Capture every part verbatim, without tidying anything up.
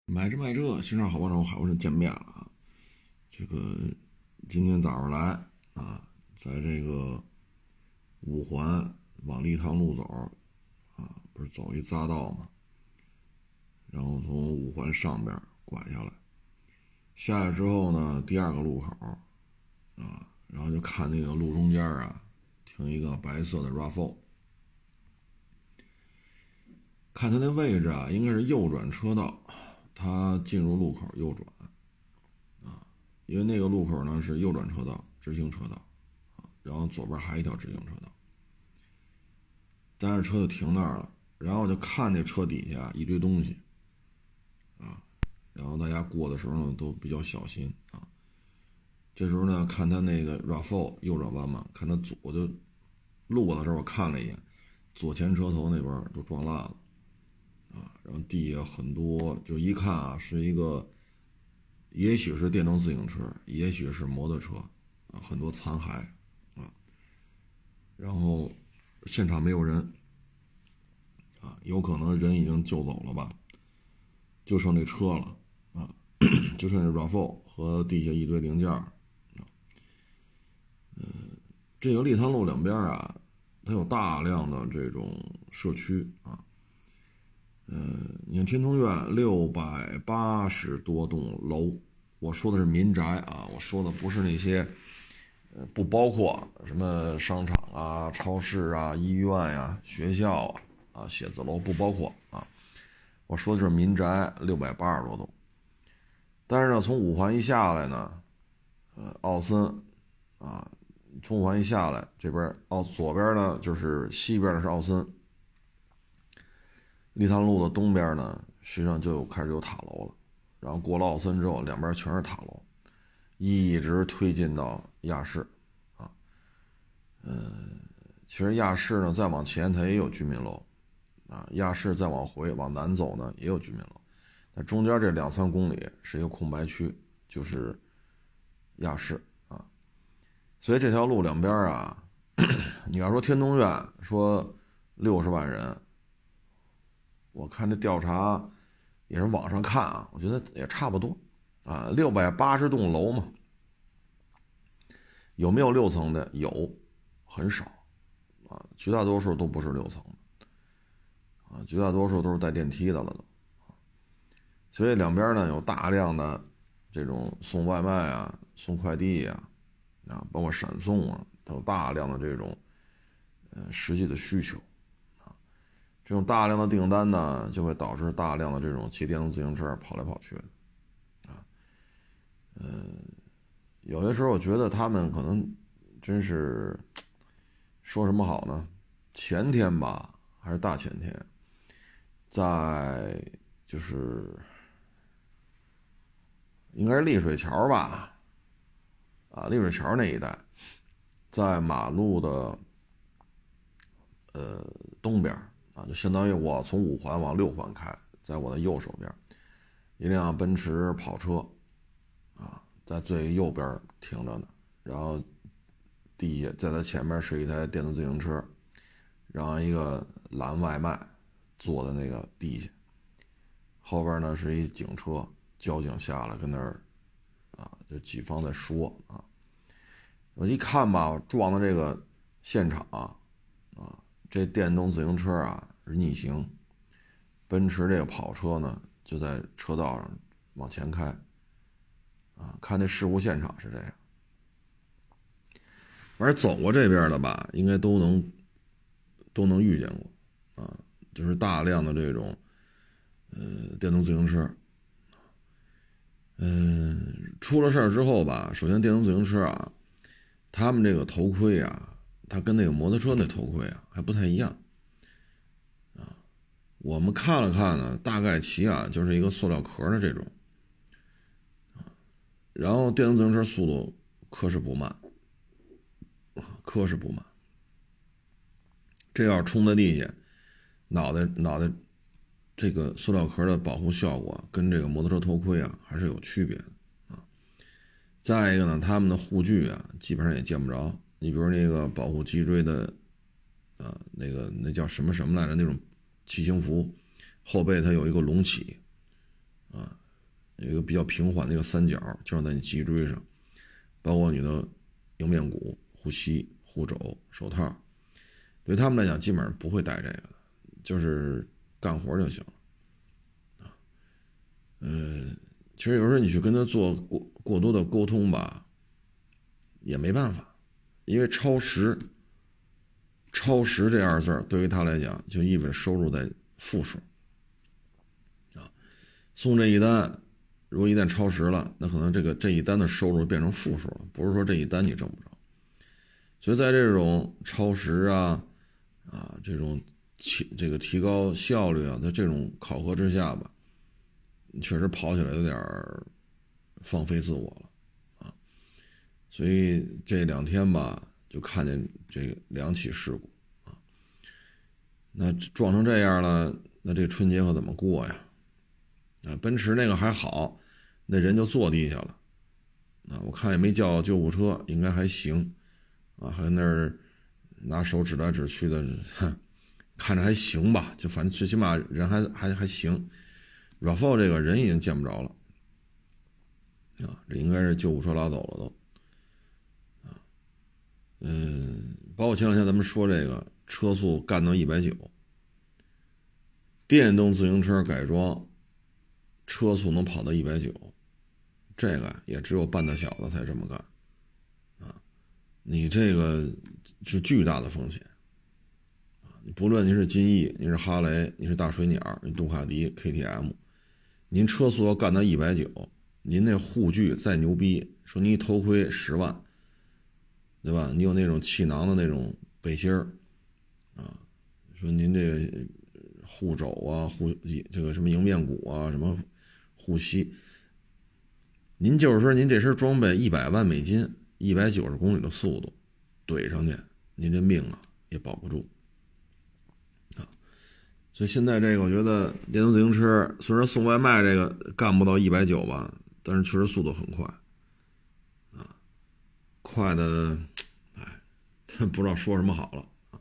买这卖这，新车好帮手，好多人见面了啊！这个今天早上来啊，在这个五环往立汤路走啊，不是走一匝道嘛，然后从五环上边拐下来，下去之后呢，第二个路口啊，然后就看那个路中间啊，停一个白色的 R A V 四，看它那位置啊，应该是右转车道，它进入路口右转。因为那个路口呢是右转车道，直行车道，啊，然后左边还有一条直行车道，但是车就停那儿了，然后我就看那车底下一堆东西，啊，然后大家过的时候呢都比较小心啊。这时候呢，看他那个 R A V 四 右转弯嘛，看他左，我就路过的时候我看了一眼，左前车头那边都撞烂了，啊，然后地下很多，就一看啊是一个。也许是电动自行车，也许是摩托车，啊，很多残骸，啊，然后现场没有人，啊，有可能人已经救走了吧，就剩这车了，啊，就剩这 R A V 四 和地下一堆零件，啊，嗯，这个立汤路两边啊，它有大量的这种社区啊，嗯，你看天通苑六百八十多栋楼。我说的是民宅啊，我说的不是那些，呃，不包括什么商场啊、超市啊、医院呀、啊、学校啊、啊写字楼不包括啊。我说的就是民宅六百八十多栋，但是呢，从五环一下来呢，呃，奥森啊，从五环一下来，这边奥左边呢就是西边的是奥森，立汤路的东边呢，实际上就有开始有塔楼了。然后过了奥森之后，两边全是塔楼，一直推进到亚市，啊，嗯，其实亚市呢再往前它也有居民楼，啊，亚市再往回往南走呢也有居民楼，那中间这两三公里是一个空白区，就是亚市啊，所以这条路两边啊，你要说天通苑说六十万人，我看这调查。也是网上看啊，我觉得也差不多啊，六百八十栋楼嘛，有没有六层的？有，很少啊，绝大多数都不是六层的啊，绝大多数都是带电梯的了都。所以两边呢有大量的这种送外卖啊、送快递啊，啊，包括闪送啊，都有大量的这种呃实际的需求。这种大量的订单呢，就会导致大量的这种骑电动自行车跑来跑去的，啊，嗯，有些时候我觉得他们可能真是说什么好呢？前天吧，还是大前天，在就是应该是丽水桥吧，啊，丽水桥那一带，在马路的呃东边啊，就相当于我从五环往六环开，在我的右手边，一辆奔驰跑车，啊，在最右边停着呢，然后地下在它前面是一台电动自行车，然后一个拦外卖坐在那个地下，后边呢是一警车，交警下来跟那儿啊，就几方在说啊，我一看吧，撞的这个现场啊，啊，这电动自行车啊是逆行，奔驰这个跑车呢就在车道上往前开，啊，看那事故现场是这样。反正走过这边的吧，应该都能都能遇见过，啊，就是大量的这种呃电动自行车，嗯，出了事儿之后吧，首先电动自行车啊，他们这个头盔啊，它跟那个摩托车那头盔啊还不太一样，啊，我们看了看呢，大概其啊就是一个塑料壳的这种，啊，然后电动自行车速度可是不慢，可是不慢，这要是冲在地下，脑袋脑袋这个塑料壳的保护效果跟这个摩托车头盔啊还是有区别的啊。再一个呢，他们的护具啊基本上也见不着。你比如那个保护脊椎的，呃，那个那叫什么什么来着？那种骑行服，后背它有一个隆起啊，有一个比较平缓的一个三角，就是在你脊椎上，包括你的迎面骨、护膝、护肘、手套，对他们来讲基本上不会带这个，就是干活就行了。啊，嗯，其实有时候你去跟他做过过多的沟通吧，也没办法，因为超时，超时这二字对于他来讲就意味着收入在负数。啊，送这一单，如果一旦超时了，那可能这个这一单的收入变成负数了，不是说这一单你挣不着。所以在这种超时啊啊这种提这个提高效率啊，在这种考核之下吧，确实跑起来有点放飞自我了啊。所以这两天吧，就看见这两起事故啊。那撞成这样了，那这春节可怎么过呀？啊，奔驰那个还好，那人就坐地下了啊，我看也没叫救护车，应该还行啊，还那儿拿手指来指去的，看着还行吧，就反正最起码人还还还行。R A V 这个人已经见不着了啊，这应该是救护车拉走了都啊。嗯，包括前两天咱们说这个车速干到一百九，电动自行车改装车速能跑到一百九，这个也只有半大小子才这么干啊！你这个是巨大的风险啊！你不论您是金翼，您是哈雷，你是大水鸟，你杜卡迪 K T M， 您车速要干到一百九，您那护具再牛逼，说你一头盔十万，对吧？你有那种气囊的那种背心儿啊，说您这个护肘啊、护这个什么迎面骨啊、什么护膝，您就是说您这身装备一百万美金，一百九十公里的速度怼上去，您这命啊也保不住啊。所以现在这个我觉得电动自行车虽然送外卖这个干不到一百九吧，但是确实速度很快啊，快的哎不知道说什么好了啊。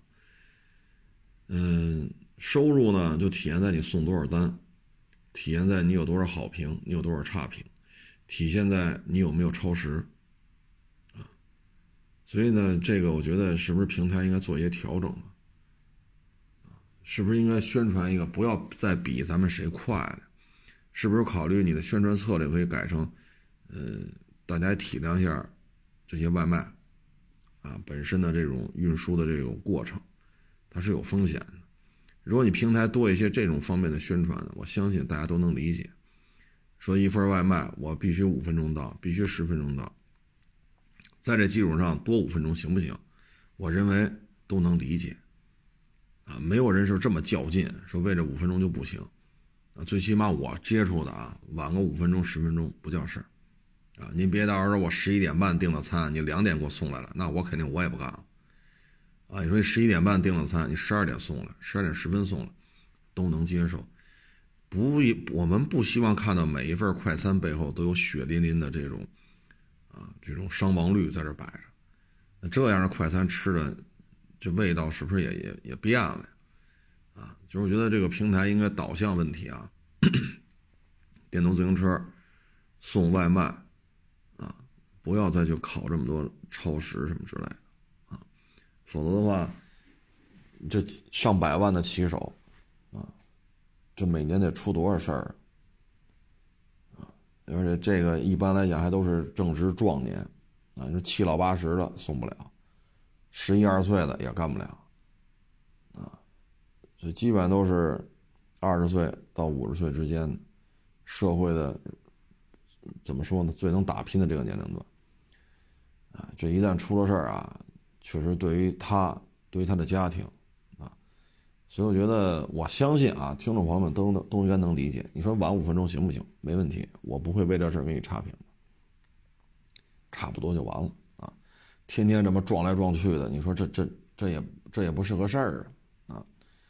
嗯，收入呢就体现在你送多少单，体现在你有多少好评，你有多少差评，体现在你有没有超时啊。所以呢，这个我觉得是不是平台应该做一些调整呢？啊，是不是应该宣传一个不要再比咱们谁快了？是不是考虑你的宣传策略可以改成，呃，大家体谅一下这些外卖啊本身的这种运输的这种过程，它是有风险的。如果你平台多一些这种方面的宣传，我相信大家都能理解。说一份外卖我必须五分钟到，必须十分钟到，在这基础上多五分钟行不行？我认为都能理解啊，没有人是这么较劲，说为这五分钟就不行啊。最起码我接触的啊，晚个五分钟十分钟不叫事儿啊。您别到时候我十一点半订的餐，你两点给我送来了，那我肯定我也不干了啊。你说你十一点半订的餐，你十二点送来，十二点十分送来，都能接受。不，我们不希望看到每一份快餐背后都有血淋淋的这种啊这种伤亡率在这摆着。那这样的快餐吃的，这味道是不是也也也变了啊？就是我觉得这个平台应该导向问题啊，电动自行车送外卖啊，不要再去考这么多超时什么之类的啊，否则的话，这上百万的骑手啊，这每年得出多少事儿啊？而且这个一般来讲还都是正值壮年啊，你说七老八十的送不了，十一二岁的也干不了啊，所以基本上都是二十岁到五十岁之间的社会的，怎么说呢，最能打拼的这个年龄段啊，这一旦出了事儿啊，确实对于他对于他的家庭啊，所以我觉得我相信啊，听众朋友们都都应该能理解。你说晚五分钟行不行？没问题，我不会为这事儿给你差评的，差不多就完了啊。天天这么撞来撞去的，你说这这这也这也不是个事儿啊。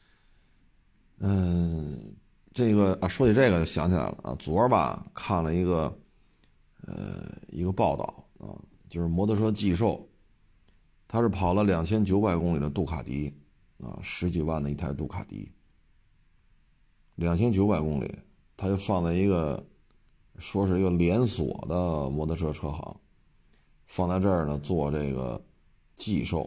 嗯，这个啊，说起这个就想起来了啊，昨儿吧看了一个呃一个报道啊，就是摩托车寄售，他是跑了两千九百公里的杜卡迪啊，十几万的一台杜卡迪，两千九百公里，他就放在一个说是一个连锁的摩托车车行，放在这儿呢做这个寄售。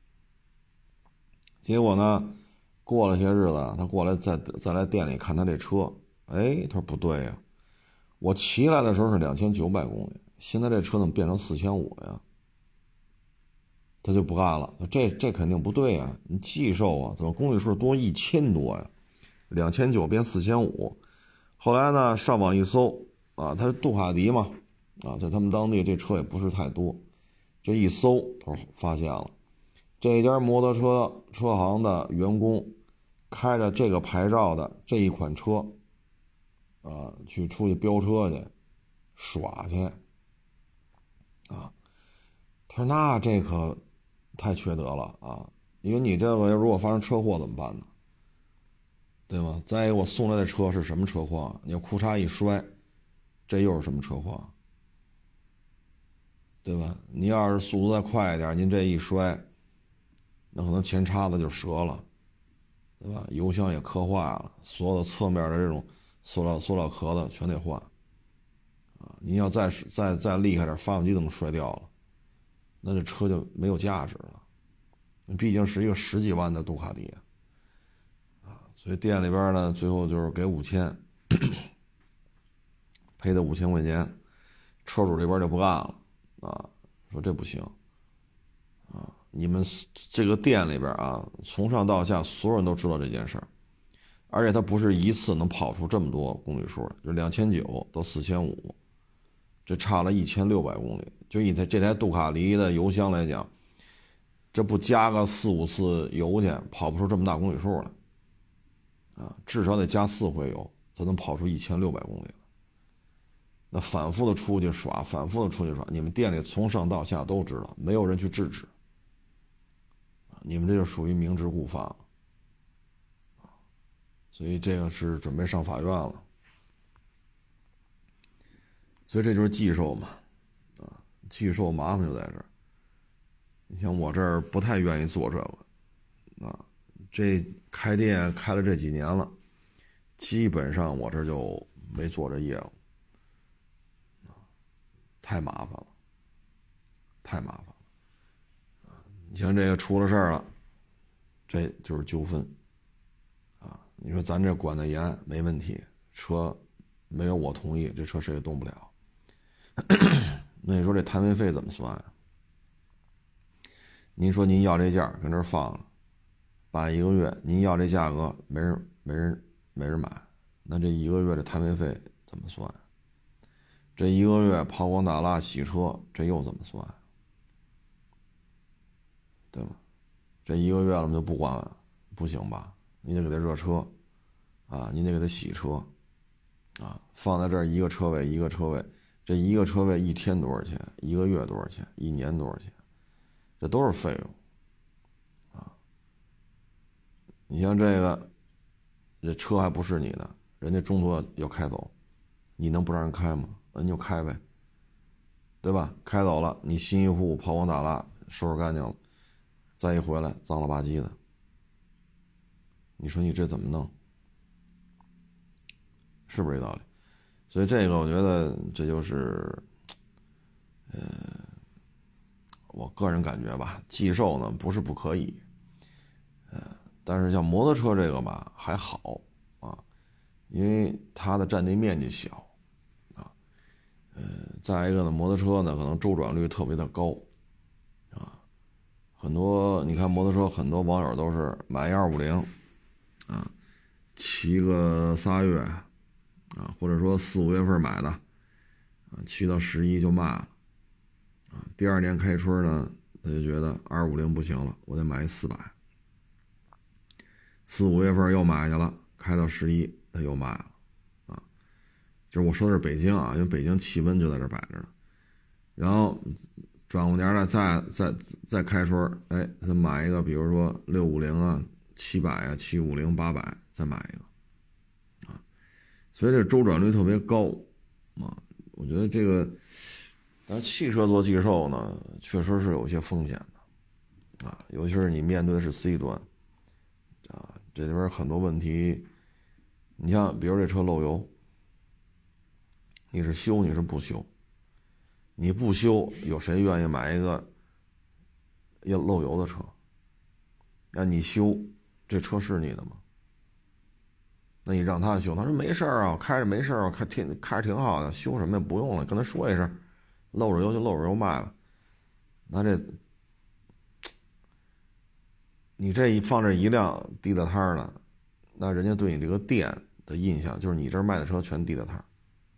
结果呢，过了些日子，他过来再再来店里看他这车，哎，他说不对呀，我骑来的时候是两千九百公里，现在这车怎么变成四千五呀？他就不干了，这这肯定不对呀，你寄售啊，怎么公里数多一千多呀？两千九变四千五。后来呢，上网一搜啊，他是杜卡迪嘛，啊，在他们当地这车也不是太多，这一搜，他说发现了。这家摩托车车行的员工开着这个牌照的这一款车啊，去出去飙车去耍去啊，他说那这可太缺德了啊，因为你这个如果发生车祸怎么办呢？对吗？再一个我送来的车是什么车况？你要裤衩一摔，这又是什么车况？对吧？你要是速度再快一点，您这一摔，那可能前叉子就折了，对吧？油箱也磕坏了，所有的侧面的这种塑料塑料壳子全得换啊！您要再再再厉害点，发动机都能摔掉了，那这车就没有价值了。毕竟是一个十几万的杜卡迪啊，所以店里边呢，最后就是给五千，赔的五千块钱，车主这边就不干了啊，说这不行。你们这个店里边啊，从上到下所有人都知道这件事儿，而且它不是一次能跑出这么多公里数，就两千九到四千五，这差了一千六百公里。就以它这台杜卡迪的油箱来讲，这不加个四五次油去，跑不出这么大公里数来啊，至少得加四回油才能跑出一千六百公里了。那反复的出去耍，反复的出去耍，你们店里从上到下都知道，没有人去制止。你们这就属于明知故犯了，所以这个是准备上法院了。所以这就是寄售嘛，啊，寄售麻烦就在这儿。你像我这儿不太愿意做这个，啊，这开店开了这几年了，基本上我这就没做这业务，啊，太麻烦了，太麻烦了。你像这个出了事儿了，这就是纠纷啊！你说咱这管得严没问题，车没有我同意，这车谁也动不了。那你说这摊位费怎么算啊？您说您要这价跟这儿放了，办一个月，您要这价格没人没人没人买，那这一个月的摊位费怎么算？这一个月抛光打蜡洗车，这又怎么算？对吗？这一个月了，我们就不管，不行吧？你得给他热车，啊，你得给他洗车，啊，放在这儿一个车位一个车位，这一个车位一天多少钱？一个月多少钱？一年多少钱？这都是费用，啊，你像这个，这车还不是你的，人家中途要要开走，你能不让人开吗？那你就开呗，对吧？开走了，你新一户抛光打蜡收拾干净了。再一回来脏了吧唧的，你说你这怎么弄？是不是这道理？所以这个我觉得这就是，呃，我个人感觉吧，寄售呢不是不可以，呃，但是像摩托车这个吧还好啊，因为它的占地面积小啊，呃，再一个呢，摩托车呢可能周转率特别的高。很多你看摩托车，很多网友都是买一二五零，啊，骑个仨月，啊，或者说四五月份买的，啊，骑到十一就卖了，啊，第二年开春呢，他就觉得二五零不行了，我得买一四百，四五月份又买去了，开到十一他又卖了，啊，就是我说的是北京啊，因为北京气温就在这摆着呢，然后。转过年来再再再开春，哎，他买一个，比如说六五零啊、七百啊、七五零、八百，再买一个，啊，所以这周转率特别高，啊，我觉得这个，但是汽车做寄售呢，确实是有些风险的，啊，尤其是你面对的是 C 端，啊，这里边很多问题，你像比如这车漏油， 你是修你是不修？你不修，有谁愿意买一个要漏油的车？那你修，这车是你的吗？那你让他修，他说没事啊，开着没事啊，开挺开着挺好的，修什么也不用了，跟他说一声，漏着油就漏着油卖了。那这，你这一放这一辆地大摊的，那人家对你这个店的印象就是你这儿卖的车全地大摊，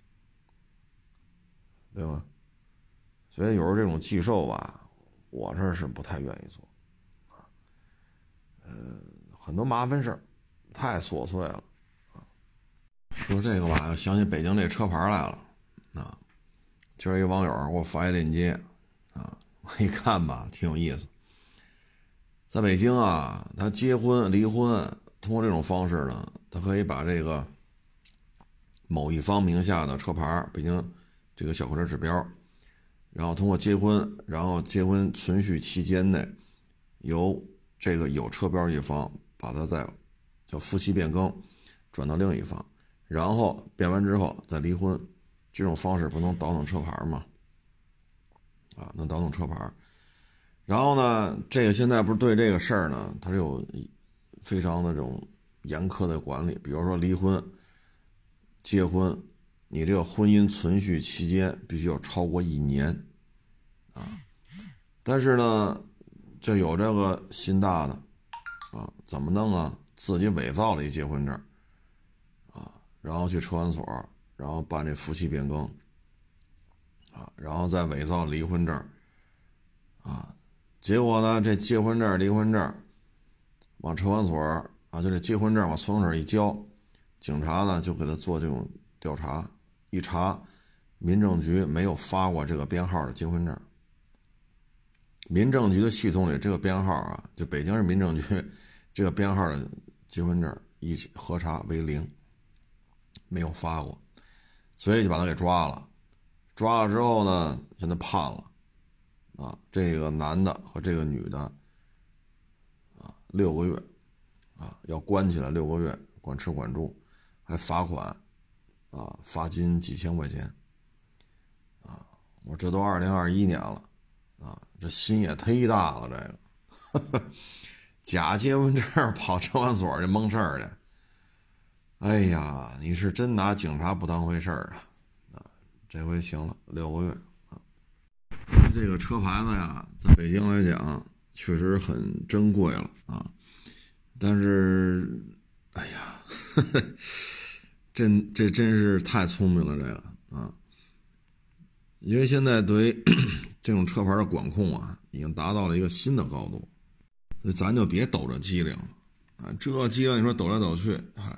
对吗？所以有时候这种寄售吧，我这是不太愿意做，呃，很多麻烦事儿，太琐碎了。说这个吧，想起北京这车牌来了啊！今儿一网友给我发一链接啊，我一看吧，挺有意思。在北京啊，他结婚离婚通过这种方式呢，他可以把这个某一方名下的车牌，北京这个小客车指标，然后通过结婚，然后结婚存续期间内，由这个有车标一方把它再叫夫妻变更转到另一方。然后变完之后再离婚，这种方式不能倒腾车牌吗？啊，能倒腾车牌。然后呢，这个现在不是对这个事儿呢，它是有非常的这种严苛的管理。比如说离婚、结婚，你这个婚姻存续期间必须要超过一年啊。但是呢，就有这个心大的啊，怎么弄啊？自己伪造了一结婚证。然后去车管所，然后办这夫妻变更，啊，然后再伪造离婚证，啊，结果呢，这结婚证、离婚证往车管所啊，就这结婚证往村管所一交，警察呢就给他做这种调查，一查，民政局没有发过这个编号的结婚证，民政局的系统里这个编号啊，就北京市民政局这个编号的结婚证一起核查为零。没有发过，所以就把他给抓了。抓了之后呢，现在判了啊，这个男的和这个女的啊，六个月啊，要关起来六个月，管吃管住，还罚款啊，罚金几千块钱啊。我这都二零二一年了啊，这心也忒大了，这个呵呵假结婚证跑车管所去蒙事儿去。哎呀，你是真拿警察不当回事儿啊！啊，这回行了，六个月啊。这个车牌子呀，在北京来讲，确实很珍贵了啊。但是，哎呀，呵呵真这真是太聪明了，这个啊。因为现在对于这种车牌的管控啊，已经达到了一个新的高度，所以咱就别抖着机灵了啊。这机灵你说抖来抖去，嗨。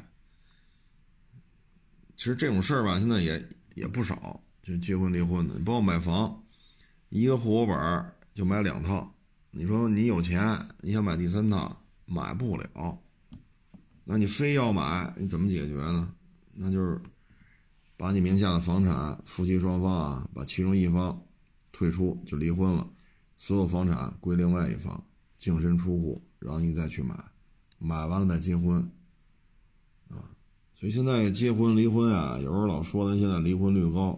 其实这种事儿吧，现在也也不少，就结婚离婚的，包括买房，一个户口本就买两套。你说你有钱，你想买第三套，买不了，那你非要买，你怎么解决呢？那就是把你名下的房产，夫妻双方啊，把其中一方退出就离婚了，所有房产归另外一方，净身出户，然后你再去买，买完了再结婚。所以现在结婚离婚啊，有时候老说的现在离婚率高。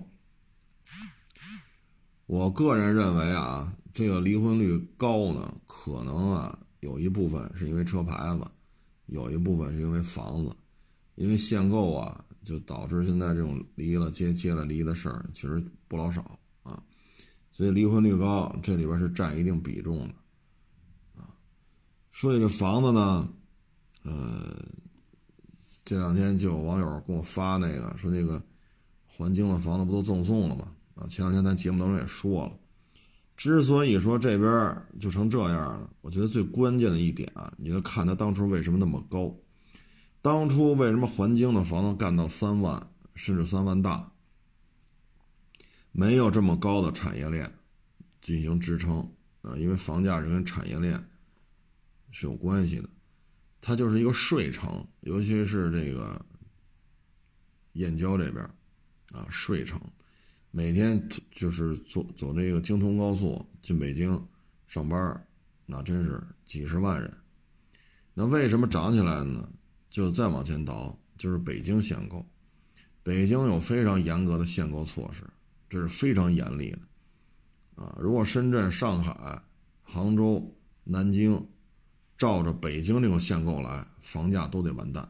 我个人认为啊，这个离婚率高呢，可能啊有一部分是因为车牌子，有一部分是因为房子，因为限购啊，就导致现在这种离了接接了离的事儿其实不老少啊，所以离婚率高，这里边是占一定比重的啊。说起这房子呢，呃。这两天就有网友给我发那个说那个环京的房子不都赠送了吗？啊，前两天咱节目当中也说了，之所以说这边就成这样了，我觉得最关键的一点啊，你就看他当初为什么那么高，当初为什么环京的房子干到三万甚至三万大，没有这么高的产业链进行支撑啊，因为房价是跟产业链是有关系的。它就是一个税城，尤其是这个燕郊这边啊，税城，每天就是走走这个京通高速进北京上班，那真是几十万人。那为什么涨起来呢？就再往前倒，就是北京限购。 北京有非常严格的限购措施，这是非常严厉的啊！如果深圳、上海、杭州、南京照着北京这种限购来，房价都得完蛋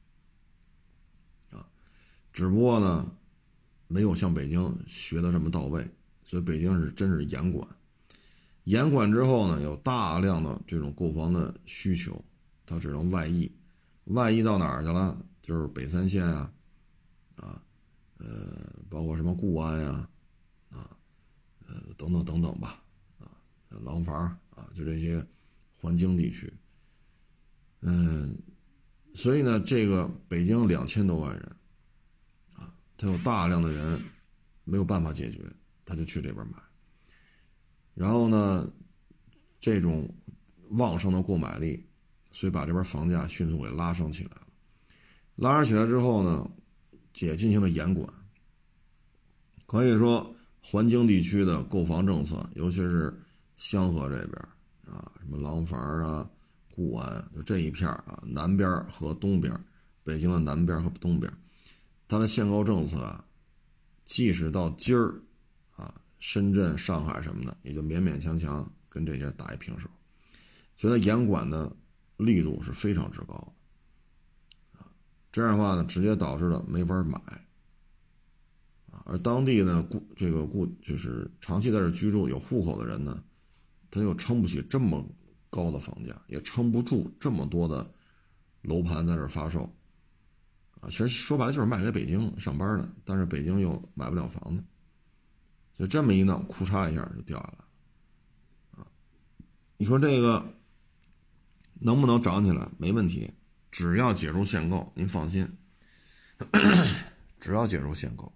啊！只不过呢，没有像北京学的这么到位，所以北京是真是严管。严管之后呢，有大量的这种购房的需求，它只能外溢，外溢到哪儿去了？就是北三县啊，啊，呃，包括什么固安呀，啊，呃，等等等等吧，啊，廊坊啊，就这些环京地区，嗯，所以呢，这个北京两千多万人，啊，他有大量的人没有办法解决，他就去这边买。然后呢，这种旺盛的购买力，所以把这边房价迅速给拉升起来了。拉升起来之后呢，也进行了严管。可以说，环京地区的购房政策，尤其是香河这边啊，什么廊坊啊、固安，就这一片啊，南边和东边，北京的南边和东边，它的限购政策啊，即使到今儿啊。深圳、上海什么的，也就勉勉强强跟这些打一平手，所以它严管的力度是非常之高的，啊，这样的话呢，直接导致了没法买，啊，而当地呢，固这个固就是长期在这居住有户口的人呢，他又撑不起这么高的房价，也撑不住这么多的楼盘在这发售，啊，其实说白了就是卖给北京上班的，但是北京又买不了房子。就这么一闹，库嚓一下就掉下来了，啊！你说这个能不能涨起来？没问题，只要解除限购，您放心，只要解除限购。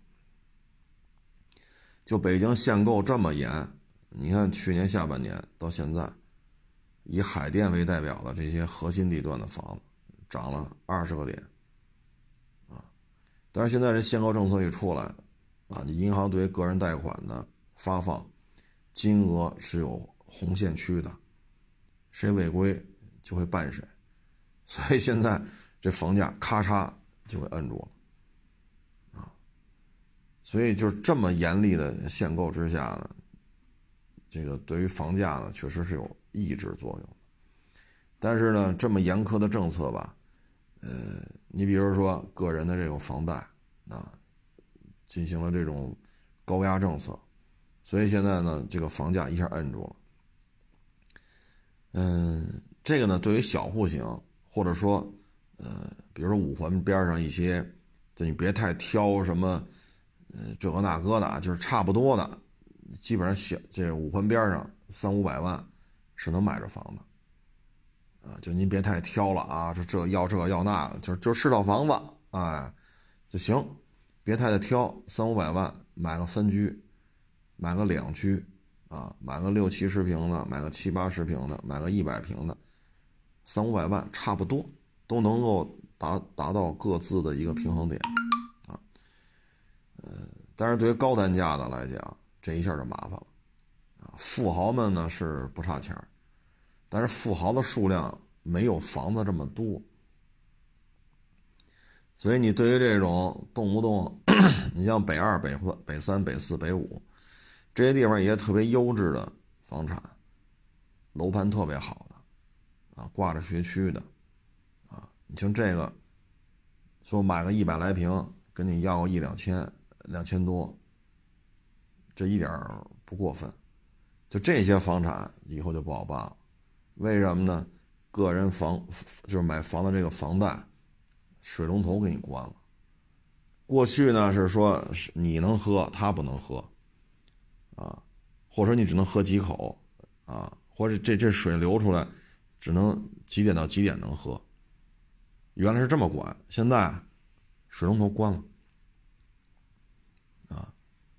就北京限购这么严，你看去年下半年到现在，以海淀为代表的这些核心地段的房子涨了二十个点，啊！但是现在这限购政策一出来。啊，你银行对个人贷款的发放金额是有红线区的，谁违规就会办谁，所以现在这房价咔嚓就会摁住了啊。所以就是这么严厉的限购之下呢，这个对于房价呢确实是有抑制作用的。但是呢，这么严苛的政策吧，呃，你比如说个人的这种房贷啊。进行了这种高压政策，所以现在呢，这个房价一下摁住了。嗯，这个呢，对于小户型，或者说，呃，比如说五环边上一些，就你别太挑什么，呃，这个那个的，就是差不多的，基本上小这五环边上三五百万是能买着房的，啊，就您别太挑了啊，这这要这要那个，就就是套房子，哎，就行。别太的挑，三五百万买个三居，买个两居，啊，买个六七十平的，买个七八十平的，买个一百平的，三五百万差不多都能够达达到各自的一个平衡点，啊，呃，但是对于高单价的来讲，这一下就麻烦了，啊，富豪们呢是不差钱，但是富豪的数量没有房子这么多。所以你对于这种动不动，你像北二、北北三、北四、北五这些地方也特别优质的房产，楼盘特别好的，啊，挂着学区的，啊，你像这个，说买个一百来平，跟你要个一两千、两千多，这一点不过分。就这些房产以后就不好办了，为什么呢？个人房就是买房的这个房贷。水龙头给你关了。过去呢是说你能喝，他不能喝，啊，或者说你只能喝几口，啊，或者这这水流出来，只能几点到几点能喝。原来是这么管，现在水龙头关了，啊，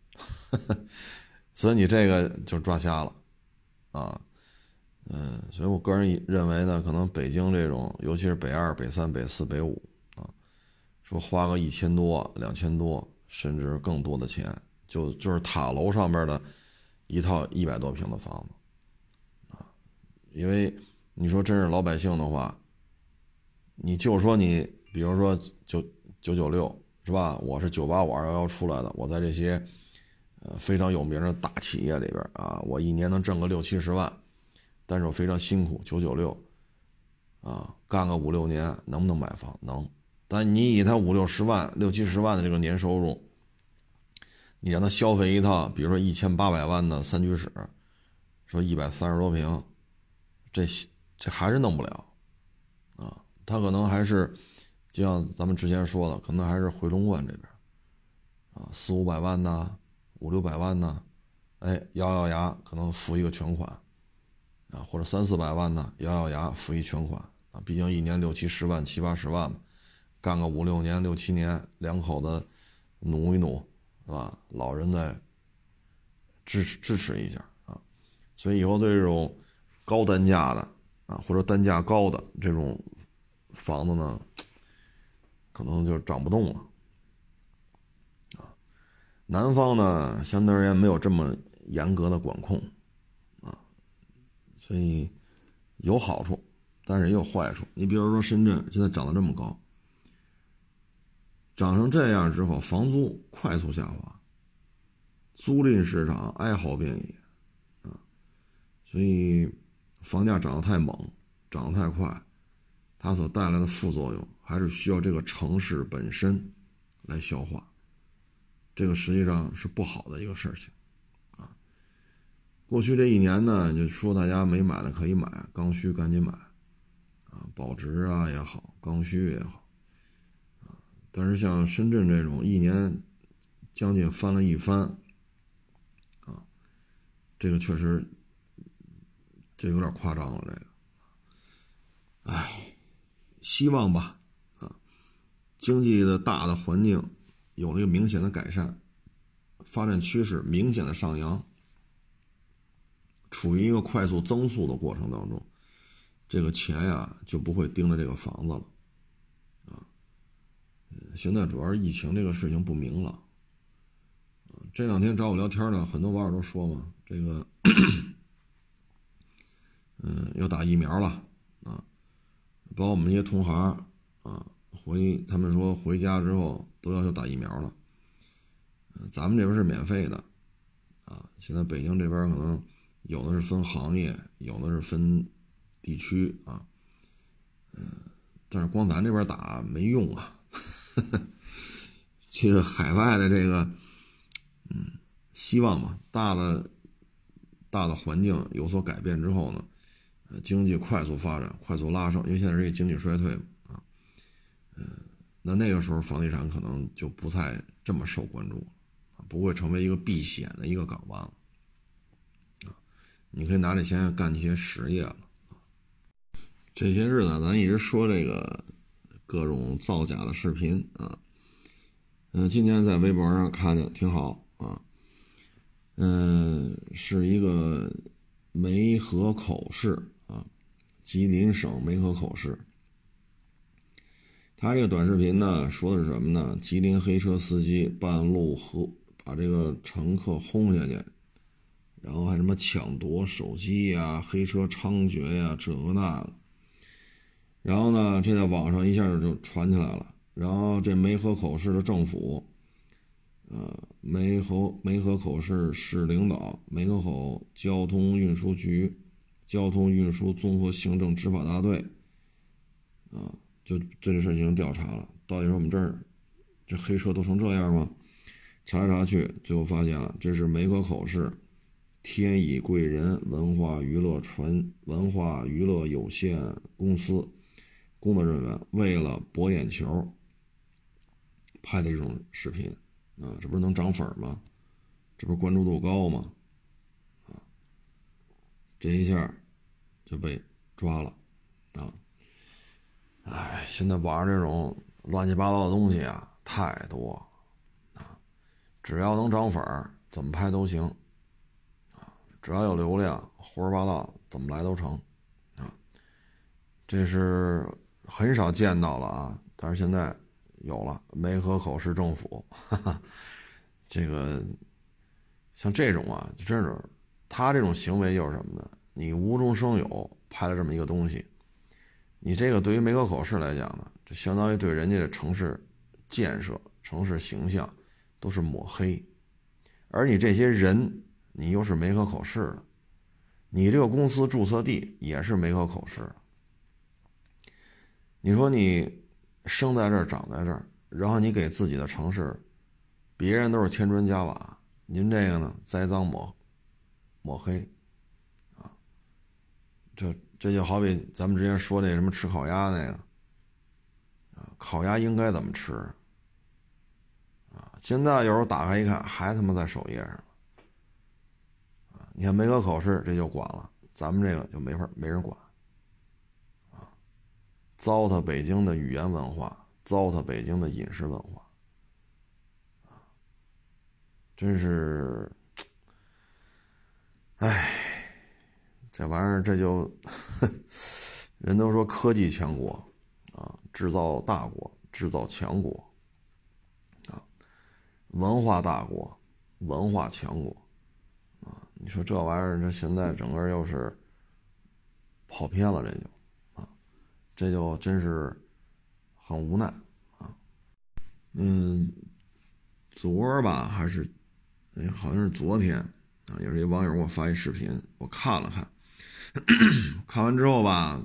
所以你这个就抓瞎了，啊，嗯，所以我个人认为呢，可能北京这种，尤其是北二、北三、北四、北五。说花个一千多、两千多，甚至更多的钱，就就是塔楼上边的一套一百多平的房子，啊，因为你说真是老百姓的话，你就说你，比如说九九九六是吧？我是九八五二幺幺出来的，我在这些呃非常有名的大企业里边啊，我一年能挣个六七十万，但是我非常辛苦，九九六啊，干个五六年，能不能买房？能。但你以他五六十万、六七十万的这个年收入，你让他消费一套，比如说一千八百万的三居室，说一百三十多平，这这还是弄不了啊。他可能还是，就像咱们之前说的，可能还是回龙观这边啊，四五百万呐，五六百万呐，哎，咬咬牙可能付一个全款啊，或者三四百万呢，咬咬牙付一全款啊，毕竟一年六七十万、七八十万嘛，干个五六年、六七年，两口子努一努，是吧？老人再支持支持一下啊，所以以后对这种高单价的啊，或者单价高的这种房子呢，可能就涨不动了啊。南方呢，相对而言没有这么严格的管控啊，所以有好处，但是也有坏处。你比如说深圳现在涨得这么高，涨成这样之后，房租快速下滑，租赁市场哀嚎遍野啊，所以房价涨得太猛，涨得太快，它所带来的副作用还是需要这个城市本身来消化，这个实际上是不好的一个事情啊。过去这一年呢，就说大家没买的可以买，刚需赶紧买啊，保值啊也好，刚需也好啊。但是像深圳这种一年将近翻了一番啊，这个确实这有点夸张了，这个，唉，希望吧啊，经济的大的环境有了一个明显的改善，发展趋势明显的上扬，处于一个快速增速的过程当中，这个钱呀就不会盯着这个房子了啊。现在主要是疫情这个事情不明朗啊。这两天找我聊天的很多网友都说嘛，这个嗯要打疫苗了啊，包括我们一些同行啊，回他们说回家之后都要求打疫苗了。咱们这边是免费的啊，现在北京这边可能有的是分行业，有的是分地区啊，嗯，但是光咱这边打没用啊，这个海外的这个，嗯，希望嘛，大的大的环境有所改变之后呢，呃，经济快速发展，快速拉升，因为现在是一个经济衰退嘛，啊，嗯，那那个时候房地产可能就不再这么受关注了。不会成为一个避险的一个港湾了啊！你可以拿这钱干这些实业了啊！这些日子咱一直说这个各种造假的视频啊，嗯、呃，今天在微博上看见挺好啊，嗯、呃，是一个梅河口市啊，吉林省梅河口市。他这个短视频呢，说的是什么呢？吉林黑车司机半路和把这个乘客轰下去，然后还什么抢夺手机呀、黑车猖獗呀，这个那个。然后呢，这在网上一下就传起来了。然后这梅河口市的政府，呃，梅河梅河口市市领导、梅河口交通运输局、交通运输综合行政执法大队，啊、呃，就对这事进行调查了。到底是我们这儿这黑车都成这样吗？查来查去，最后发现了，这是梅河口市天乙贵人文化娱乐传文化娱乐有限公司工作人员为了博眼球拍的这种视频啊，这不是能涨粉吗？这不是关注度高吗？啊，这一下就被抓了啊！哎，现在网上这种乱七八糟的东西啊，太多。只要能涨粉，怎么拍都行啊！只要有流量，胡说八道怎么来都成啊！这是很少见到了啊，但是现在有了。梅河口市政府，哈哈，这个像这种啊，真是他这种行为就是什么呢？你无中生有拍了这么一个东西，你这个对于梅河口市来讲呢，这相当于对人家的城市建设城市形象都是抹黑，而你这些人你又是没可口市的，你这个公司注册地也是没可口市的，你说你生在这儿长在这儿，然后你给自己的城市，别人都是添砖加瓦，您这个呢栽赃抹抹黑啊，这这就好比咱们之前说那什么吃烤鸭那个啊，烤鸭应该怎么吃啊？现在有时候打开一看，还他妈在首页上啊！你看没可口市这就管了，咱们这个就没法没人管啊，糟蹋北京的语言文化，糟蹋北京的饮食文化啊，真是，哎，这玩意儿这就，人都说科技强国啊，制造大国，制造强国啊，文化大国，文化强国啊，你说这玩意儿，这现在整个又是跑偏了，这就啊，这就真是很无奈啊。嗯，昨儿吧还是，哎，好像是昨天啊，也是一网友给我发一视频，我看了看，看完之后吧，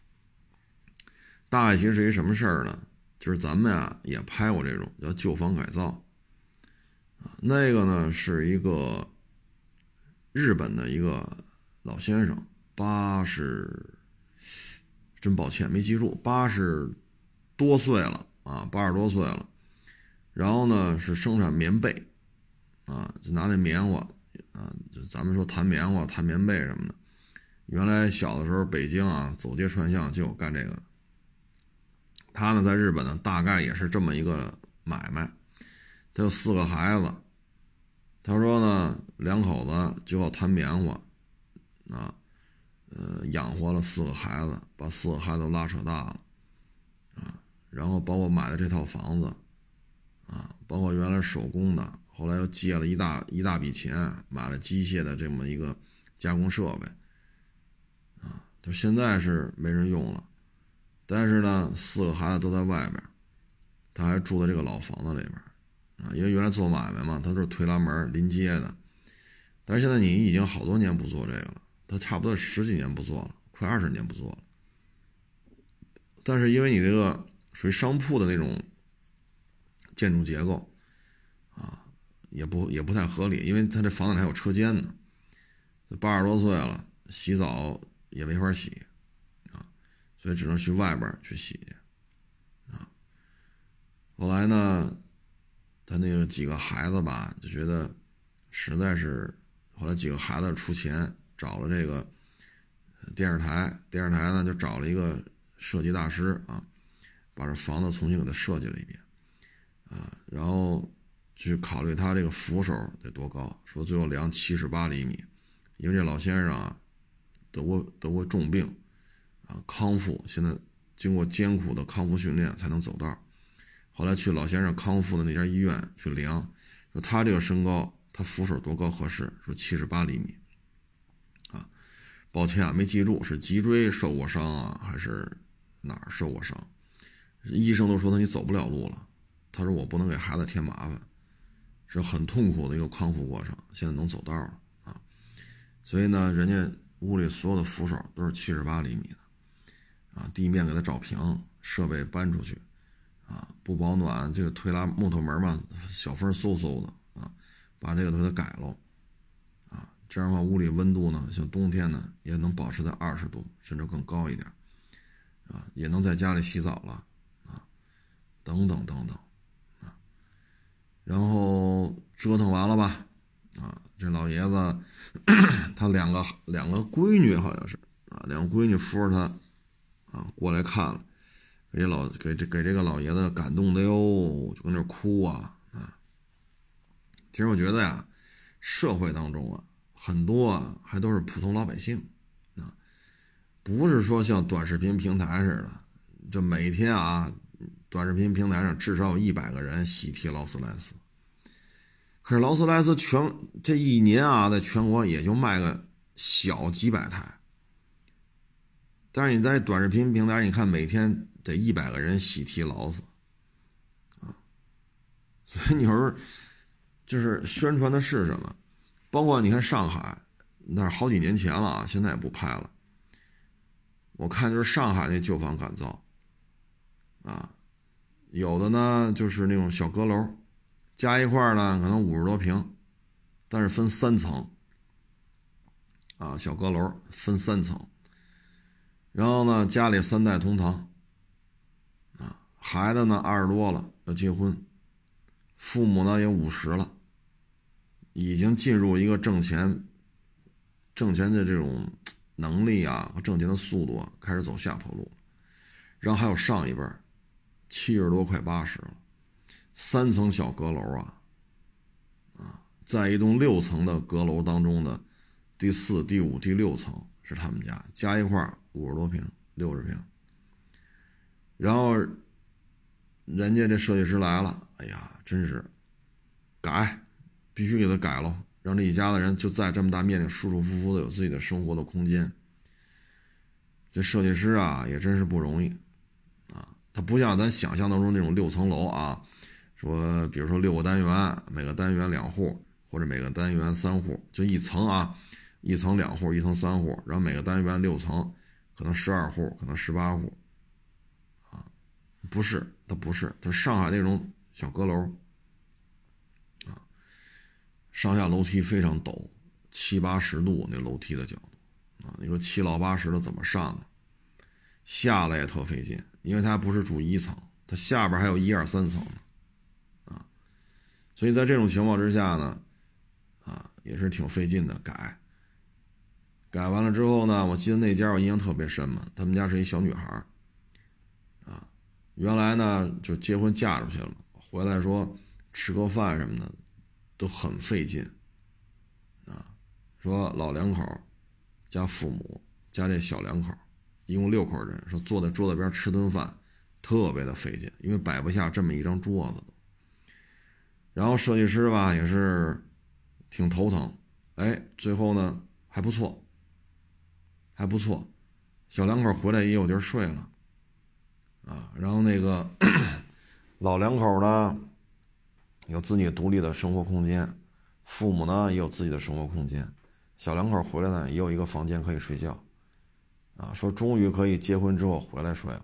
大概其实是一什么事儿呢？就是咱们啊也拍过这种叫旧房改造啊，那个呢是一个日本的一个老先生，八十，真抱歉没记住，八十多岁了啊，八十多岁了。然后呢是生产棉被啊，就拿那棉花啊，就咱们说弹棉花、弹棉被什么的。原来小的时候北京啊走街串巷就有干这个的。他呢在日本呢大概也是这么一个买卖。他有四个孩子，他说呢两口子就要弹棉花啊，呃养活了四个孩子，把四个孩子都拉扯大了啊，然后包括买的这套房子啊，包括原来手工的，后来又借了一大一大笔钱买了机械的这么一个加工设备啊，就现在是没人用了，但是呢四个孩子都在外边，他还住在这个老房子里边啊，因为原来做买卖嘛，他都是推拉门临街的，但是现在你已经好多年不做这个了，他差不多十几年不做了，快二十年不做了，但是因为你这个属于商铺的那种建筑结构啊，也不也不太合理，因为他这房子里还有车间呢，八十多岁了，洗澡也没法洗啊，所以只能去外边去洗啊。后来呢，他那个几个孩子吧，就觉得实在是，后来几个孩子出钱找了这个电视台，电视台呢就找了一个设计大师啊，把这房子重新给他设计了一遍啊，然后去考虑他这个扶手得多高，说最后量七十八厘米，因为这老先生啊得过得过重病啊，康复，现在经过艰苦的康复训练才能走道。后来去老先生康复的那家医院去量，说他这个身高，他扶手多高合适？说七十八厘米啊，抱歉啊，没记住是脊椎受过伤啊，还是哪儿受过伤？医生都说他你走不了路了，他说我不能给孩子添麻烦，是很痛苦的一个康复过程，现在能走道了啊，所以呢，人家屋里所有的扶手都是七十八厘米的啊，地面给他找平，设备搬出去。啊，不保暖，这个推拉木头门嘛，小风嗖嗖的啊，把这个都给它改了啊，这样的话屋里温度呢，像冬天呢也能保持在二十度甚至更高一点啊，也能在家里洗澡了啊，等等等等啊，然后折腾完了吧啊，这老爷子他两个两个闺女好像是啊，两个闺女扶着他啊过来看了。给老给这给这个老爷子感动的哟，就跟那哭啊啊！其实我觉得呀，社会当中啊，很多啊还都是普通老百姓啊，不是说像短视频平台似的，这每天啊，短视频平台上至少有一百个人喜提劳斯莱斯。可是劳斯莱斯全这一年啊，在全国也就卖个小几百台，但是你在短视频平台，你看每天得一百个人喜提劳斯啊， 所以你说就是宣传的是什么？包括你看上海，那是好几年前了啊，现在也不拍了。我看就是上海那旧房改造啊，有的呢就是那种小阁楼，加一块呢可能五十多平，但是分三层啊，小阁楼分三层，然后呢家里三代同堂啊，孩子呢二十多了要结婚，父母呢也五十了，已经进入一个挣钱挣钱的这种能力啊和挣钱的速度啊开始走下坡路了。然后还有上一辈七十多快八十了，三层小阁楼啊啊，在一栋六层的阁楼当中的第四、第五、第六层是他们家，加一块五十多平、六十平。然后人家这设计师来了，哎呀，真是改，必须给他改了，让这一家子人就在这么大面积舒舒服服的有自己的生活的空间。这设计师啊也真是不容易啊，他不像咱想象当中那种六层楼啊，说比如说六个单元，每个单元两户，或者每个单元三户，就一层啊，一层两户，一层三户，然后每个单元六层，可能十二户，可能十八户啊，不是，它不是，它上海那种小阁楼啊，上下楼梯非常陡，七八十度那楼梯的角度啊，你说七老八十的怎么上啊？下来也特费劲，因为它不是住一层，它下边还有一二三层呢啊，所以在这种情况之下呢，啊也是挺费劲的改。改完了之后呢，我记得那家我印象特别深嘛，他们家是一小女孩啊，原来呢就结婚嫁出去了，回来说吃个饭什么的都很费劲啊，说老两口加父母加这小两口一共六口人，说坐在桌子边吃顿饭特别的费劲，因为摆不下这么一张桌子。然后设计师吧也是挺头疼，哎，最后呢还不错，还不错，小两口回来也有地儿睡了啊。然后那个老两口呢有自己独立的生活空间，父母呢也有自己的生活空间，小两口回来呢也有一个房间可以睡觉啊，说终于可以结婚之后回来睡了。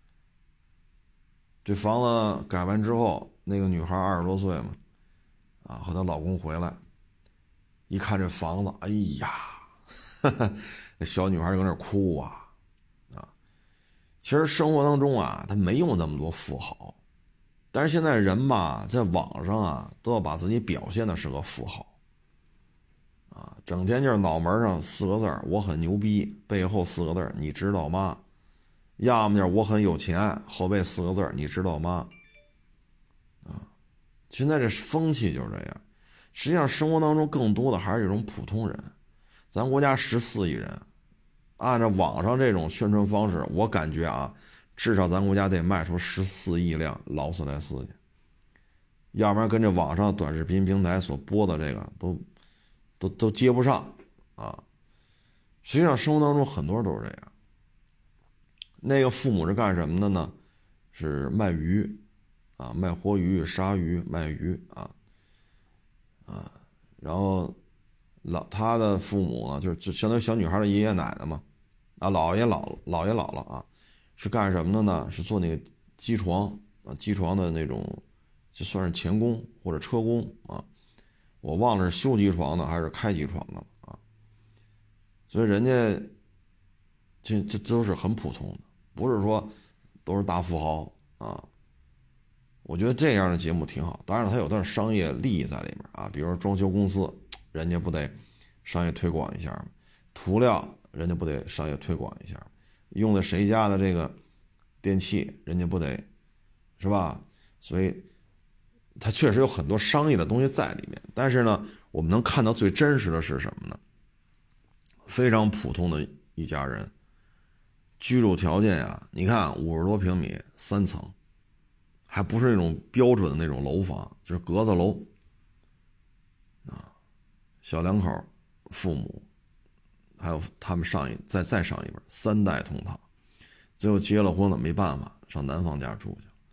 这房子改完之后，那个女孩二十多岁嘛，啊，和她老公回来，一看这房子，哎呀，呵呵，那小女孩就搁那哭啊，啊，其实生活当中啊，她没有那么多富豪，但是现在人吧，在网上啊，都要把自己表现的是个富豪，啊，整天就是脑门上四个字儿我很牛逼，背后四个字儿你知道吗？要么就是我很有钱，后背四个字儿你知道吗？啊，现在这风气就是这样。实际上生活当中更多的还是这种普通人。咱国家十四亿人，按照网上这种宣传方式，我感觉啊，至少咱国家得卖出十四亿辆劳斯莱斯去，要不然跟这网上短视频平台所播的这个都都都接不上啊。实际上生活当中很多人都是这样。那个父母是干什么的呢？是卖鱼啊，卖活鱼、杀鱼、卖鱼啊啊。然后老他的父母呢，就是就相当于小女孩的爷爷奶奶嘛，啊，姥爷姥姥爷姥姥啊，是干什么的呢？是做那个机床啊，机床的那种，就算是钳工或者车工啊。我忘了是修机床的还是开机床的啊。所以人家这这都是很普通的。不是说都是大富豪啊，我觉得这样的节目挺好。当然了，它有点商业利益在里面啊，比如说装修公司，人家不得商业推广一下吗？涂料人家不得商业推广一下吗？用的谁家的这个电器，人家不得是吧？所以它确实有很多商业的东西在里面。但是呢，我们能看到最真实的是什么呢？非常普通的一家人。居住条件呀，你看五十多平米，三层，还不是那种标准的那种楼房，就是格子楼啊。小两口，父母，还有他们上一再再上一辈三代同堂，最后结了婚了，没办法上男方家住去。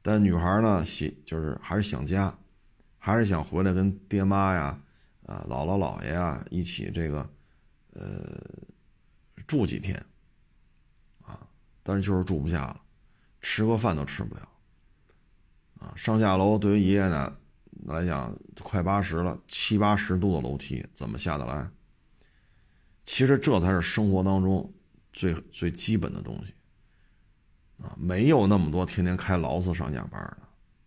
但女孩呢，喜就是还是想家，还是想回来跟爹妈呀、啊姥姥姥爷呀一起这个呃住几天啊，但是就是住不下了，吃个饭都吃不了啊，上下楼对于爷爷呢来讲快八十了，七八十度的楼梯怎么下得来？其实这才是生活当中最最基本的东西啊，没有那么多天天开劳斯上下班的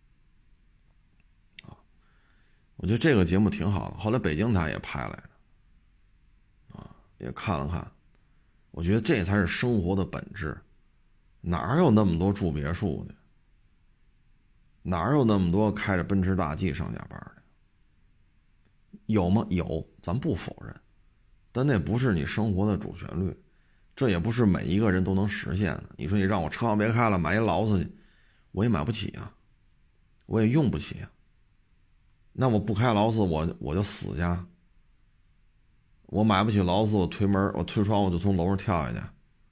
啊。我觉得这个节目挺好的，后来北京台也拍来着啊，也看了看。我觉得这才是生活的本质，哪有那么多住别墅的？哪有那么多开着奔驰大 G 上下班的？有吗？有，咱不否认，但那不是你生活的主旋律，这也不是每一个人都能实现的。你说你让我车行别开了，买一劳斯去，我也买不起啊，我也用不起啊。那我不开劳斯，我我就死去。我买不起劳斯，我推门，我推窗，我就从楼上跳下去。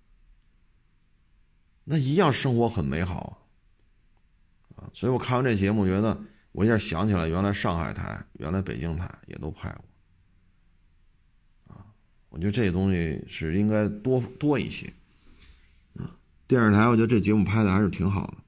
那一样生活很美好啊！所以我看完这节目，觉得我一下想起来，原来上海台、原来北京台也都拍过啊。我觉得这东西是应该多多一些啊。电视台我觉得这节目拍的还是挺好的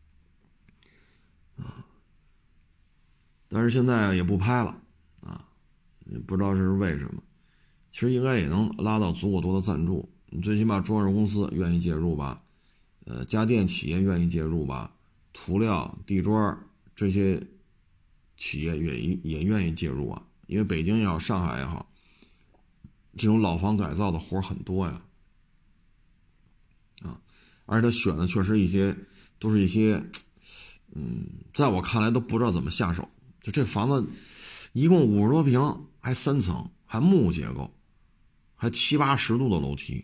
啊，但是现在也不拍了啊，也不知道是为什么。其实应该也能拉到足够多的赞助，你最起码装饰公司愿意介入吧。呃，家电企业愿意介入吧，涂料、地砖这些企业也也愿意介入啊，因为北京也好，上海也好，这种老房改造的活很多呀，啊，而且他选的确实一些都是一些，嗯，在我看来都不知道怎么下手。就这房子一共五十多平，还三层，还木结构，还七八十度的楼梯。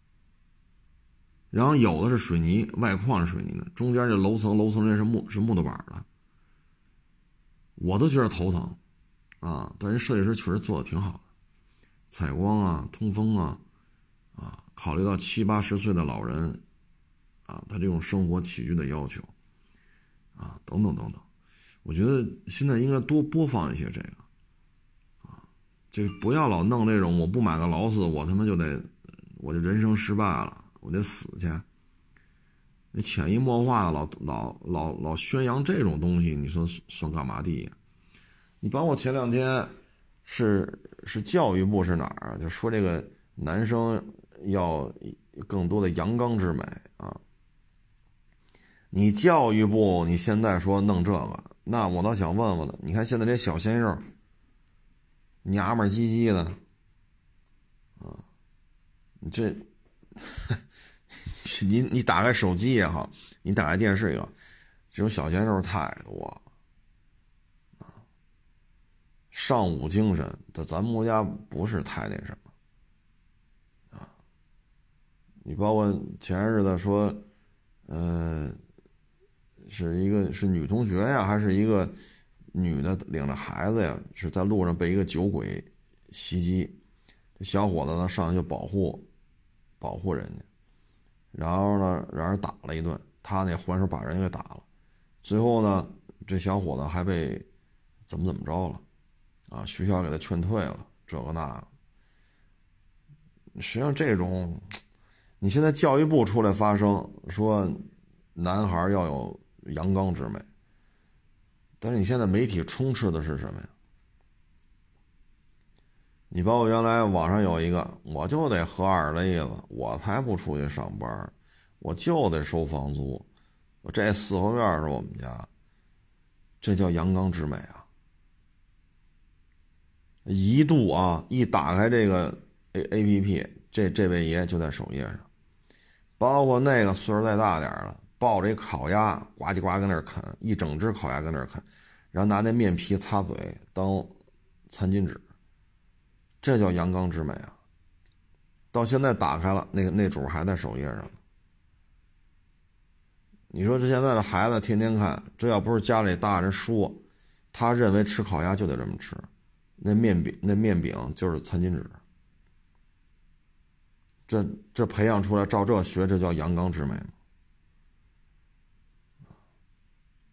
然后有的是水泥，外框是水泥的，中间这楼层楼层这是木是木头板的，我都觉得头疼啊！但是设计师确实做的挺好的，采光啊、通风啊，啊，考虑到七八十岁的老人啊，他这种生活起居的要求啊，等等等等，我觉得现在应该多播放一些这个啊，就不要老弄这种我不买个劳斯，我他妈就得我就人生失败了。我得死去！你潜移默化的老老老老宣扬这种东西，你说算干嘛的？你包括前两天是是教育部是哪儿就说这个男生要更多的阳刚之美啊。你教育部你现在说弄这个，那我倒想问问了，你看现在这小鲜肉娘们唧唧的啊，你这。你你打开手机也好，你打开电视也好，这种小鲜肉太多了啊！上午精神，但咱们国家不是太那什么啊。你包括前日子说，呃，是一个是女同学呀，还是一个女的领着孩子呀，是在路上被一个酒鬼袭击，这小伙子呢上去就保护保护人家。然后呢，让人打了一顿，他那还手把人给打了，最后呢，这小伙子还被怎么怎么着了，啊，学校给他劝退了，这个那个。实际上这种，你现在教育部出来发声说，男孩要有阳刚之美，但是你现在媒体充斥的是什么呀？你包括原来网上有一个，我就得喝二雷子，我才不出去上班，我就得收房租，我这四合院是我们家，这叫阳刚之美啊！一度啊，一打开这个 A A P P， 这这位爷就在首页上，包括那个岁数再大点了，抱着一烤鸭，呱唧呱跟那儿啃，一整只烤鸭跟那儿啃，然后拿那面皮擦嘴当餐巾纸。这叫阳刚之美啊！到现在打开了，那个那主还在首页上。你说这现在的孩子天天看，这要不是家里大人说，他认为吃烤鸭就得这么吃，那面饼那面饼就是餐巾纸。这这培养出来照这学，这叫阳刚之美吗？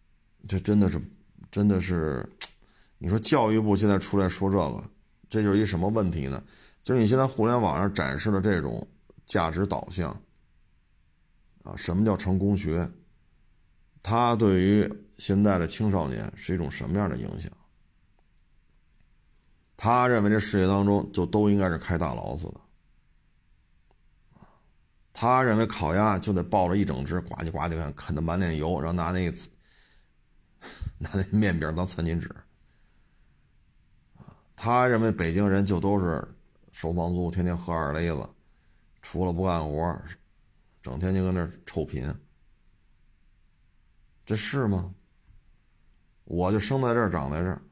这真的是，真的是，你说教育部现在出来说这个，这就是一什么问题呢？就是你现在互联网上展示的这种价值导向啊，什么叫成功学？它对于现在的青少年是一种什么样的影响？他认为这世界当中就都应该是开大牢子的，他认为烤鸭就得抱着一整只，呱唧呱唧啃得满脸油，然后拿那拿那面饼当餐巾纸。他认为北京人就都是收房租，天天喝二雷子，除了不干活，整天就跟那臭贫。这是吗？我就生在这儿，长在这儿，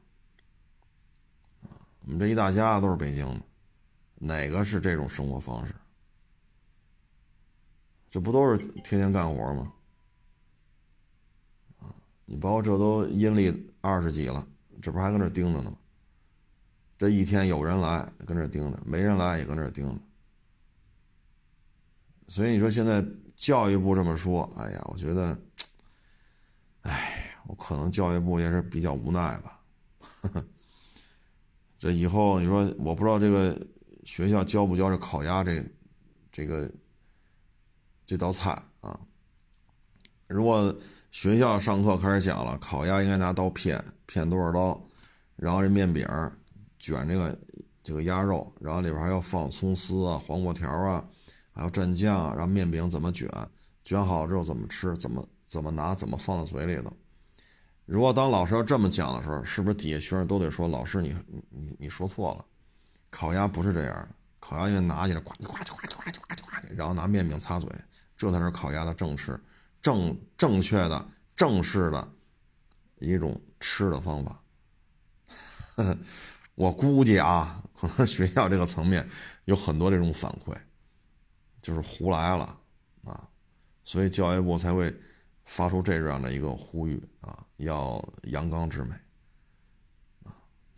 我们这一大家都是北京的，哪个是这种生活方式？这不都是天天干活吗？你包括这都阴历二十几了，这不还跟这盯着呢吗？这一天有人来跟这盯着，没人来也跟这盯着。所以你说现在教育部这么说，哎呀，我觉得，哎，我可能教育部也是比较无奈吧。这以后你说，我不知道这个学校教不教这烤鸭这这个这道菜啊？如果学校上课开始讲了，烤鸭应该拿刀片，片多少刀，然后这面饼卷这个这个鸭肉，然后里边还要放葱丝啊、黄瓜条啊，还有蘸酱啊，然后面饼怎么卷，卷好之后怎么吃，怎么怎么拿，怎么放到嘴里头。如果当老师要这么讲的时候，是不是底下学生都得说老师你你你说错了，烤鸭不是这样的，烤鸭应该拿起来呱唧呱唧呱唧呱唧呱唧呱唧，然后拿面饼擦嘴，这才是烤鸭的正式、正正确的、正式的一种吃的方法。我估计啊，可能学校这个层面有很多这种反馈，就是胡来了啊，所以教育部才会发出这样的一个呼吁啊，要阳刚之美啊。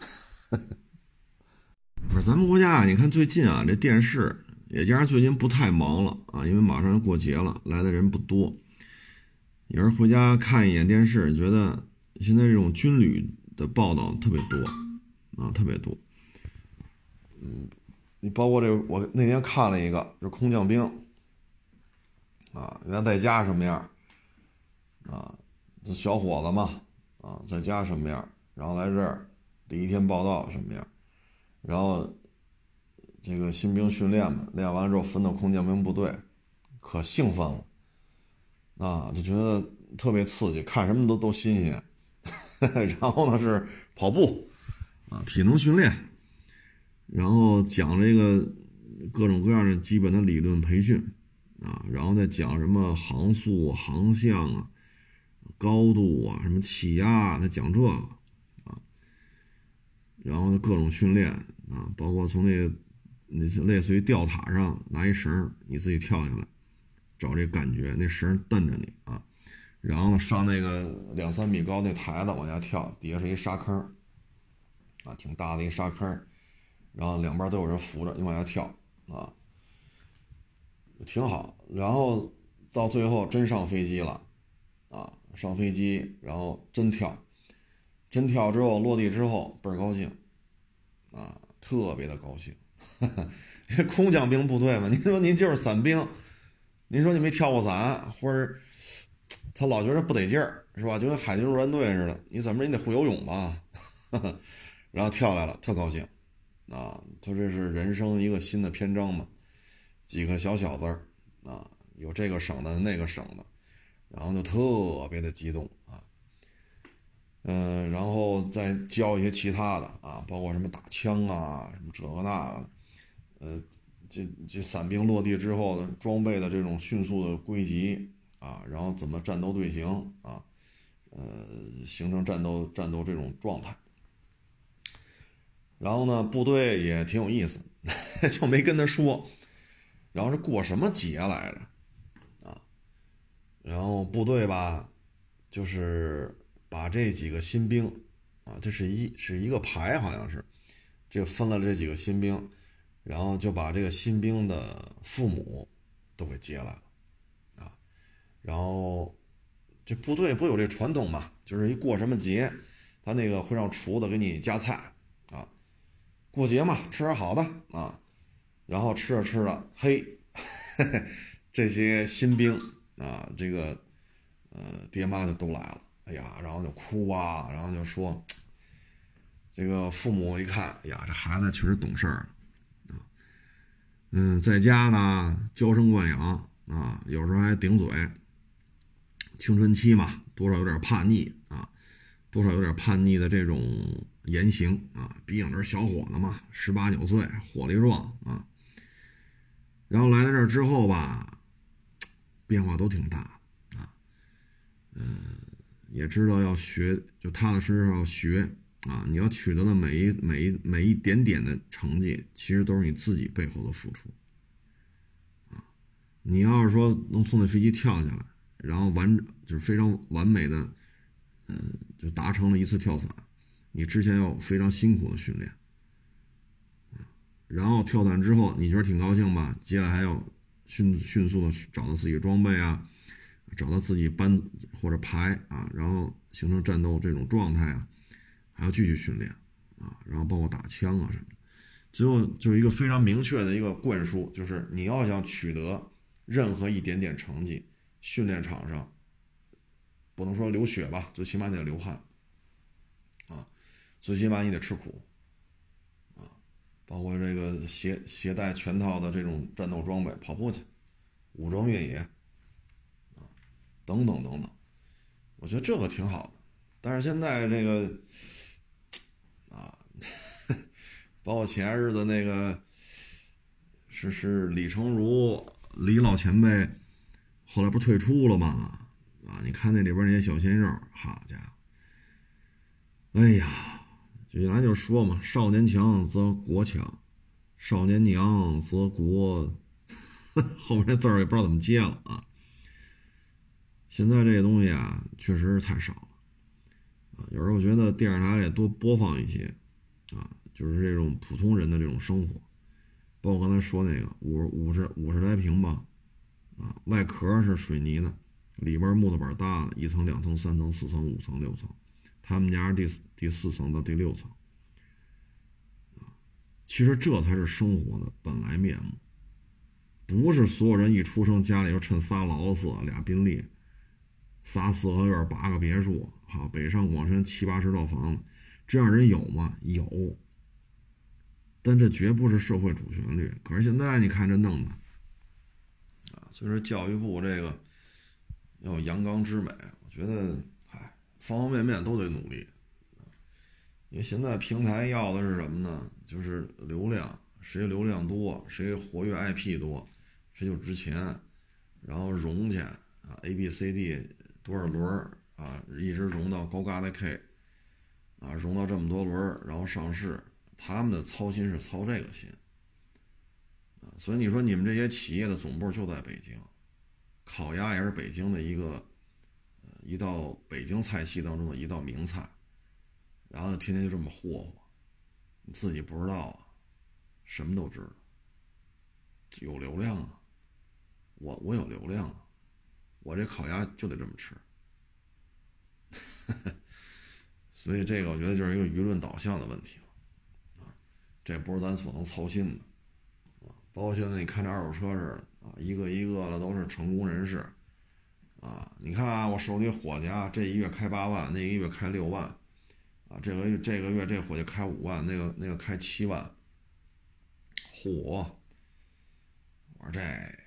不是咱们国家，你看最近啊，这电视也加上最近不太忙了啊，因为马上要过节了，来的人不多。有人回家看一眼电视，觉得现在这种军旅的报道特别多啊，特别多。嗯，你包括这个，我那天看了一个，是空降兵啊，原来在家什么样啊？这小伙子嘛，啊，在家什么样？然后来这儿第一天报道什么样？然后这个新兵训练嘛，练完了之后分到空降兵部队，可兴奋了啊，就觉得特别刺激，看什么都都新鲜。然后呢是跑步啊，体能训练，然后讲这个各种各样的基本的理论培训啊，然后再讲什么航速、航向啊、高度啊、什么气压啊，他讲这个啊，然后各种训练啊，包括从那个那类似于吊塔上拿一绳，你自己跳下来，找这感觉，那绳蹬着你啊。然后上那个两三米高那台子往下跳，底下是一沙坑啊，挺大的一沙坑，然后两边都有人扶着你往下跳啊，挺好。然后到最后真上飞机了啊，上飞机然后真跳，真跳之后落地之后倍儿高兴啊，特别的高兴。因为空降兵部队嘛，您说您就是伞兵，您说你没跳过伞，或者他老觉得不得劲儿，是吧？就跟海军陆战队似的，你怎么着你得会游泳吧？然后跳来了，特高兴啊！他这是人生一个新的篇章嘛，几个小小字儿啊，有这个省的那个省的，然后就特别的激动啊。嗯、呃，然后再教一些其他的啊，包括什么打枪啊，什么这个那个，呃，这这伞兵落地之后的装备的这种迅速的归集。啊，然后怎么战斗队形啊，呃，形成战斗战斗这种状态。然后呢，部队也挺有意思，就没跟他说。然后是过什么节来着啊？然后部队吧，就是把这几个新兵啊，这是一是一个排，好像是这分了这几个新兵，然后就把这个新兵的父母都给接来了。然后这部队不有这传统嘛，就是一过什么节，他那个会让厨子给你夹菜啊，过节嘛，吃点好的啊，然后吃着吃着，嘿，嘿嘿这些新兵啊，这个呃爹妈就都来了，哎呀，然后就哭啊，然后就说，这个父母一看，哎呀，这孩子确实懂事儿啊，嗯，在家呢娇生惯养啊，有时候还顶嘴，青春期嘛，多少有点叛逆啊，多少有点叛逆的这种言行啊，毕竟这是小伙子嘛，十八九岁，火力壮啊。然后来到这儿之后吧，变化都挺大啊，嗯、呃，也知道要学，就踏踏实实要学啊。你要取得的每一每一每一点点的成绩，其实都是你自己背后的付出啊。你要是说能从那飞机跳下来，然后完就是非常完美的，嗯、呃，就达成了一次跳伞，你之前要非常辛苦的训练。然后跳伞之后，你觉得挺高兴吧？接下来还要迅迅速的找到自己的装备啊，找到自己班或者排啊，然后形成战斗这种状态啊，还要继续训练啊，然后包括打枪啊什么的。最后就是一个非常明确的一个灌输，就是你要想取得任何一点点成绩，训练场上不能说流血吧，最起码你得流汗啊，最起码你得吃苦。包括这个携携带全套的这种战斗装备，跑步去，武装越野，啊，等等等等，我觉得这个挺好的。但是现在这个，啊，包括前日子那个，是是李成儒李老前辈，后来不退出了吗？啊，你看那里边那些小鲜肉，好家伙，哎呀！就原来就说嘛，少年强则国强，少年娘则国，后面这字儿也不知道怎么接了啊。现在这个东西啊，确实是太少了啊。有时候我觉得电视台也多播放一些啊，就是这种普通人的这种生活，包括刚才说那个五五十五十来平吧，啊，外壳是水泥的，里边木头板搭的，一层、两层、三层、四层、五层、六层。他们家是第四第四层到第六层，其实这才是生活的本来面目，不是所有人一出生家里就趁仨劳斯俩宾利，仨四合院八个别墅，好，北上广深七八十套房子，这样人有吗？有，但这绝不是社会主旋律。可是现在你看这弄的啊，所以说教育部这个要有阳刚之美，我觉得。方方面面都得努力，因为现在平台要的是什么呢？就是流量，谁流量多，谁活跃 I P 多，谁就值钱，然后融去啊 ，A B C D 多少轮啊，一直融到高嘎的 K， 啊，融到这么多轮，然后上市，他们的操心是操这个心，啊，所以你说你们这些企业的总部就在北京，烤鸭也是北京的一个。一道北京菜系当中的一道名菜，然后天天就这么霍霍，你自己不知道啊，什么都知道，有流量啊，我我有流量啊，我这烤鸭就得这么吃，所以这个我觉得就是一个舆论导向的问题啊，这不是咱所能操心的啊。包括现在你看这二手车似的啊，一个一个的都是成功人士。啊，你看啊，我手里伙计啊，这一月开八万，那一个月开六万，啊，这个月这个月这伙计开五万，那个那个开七万，嚯！我说这，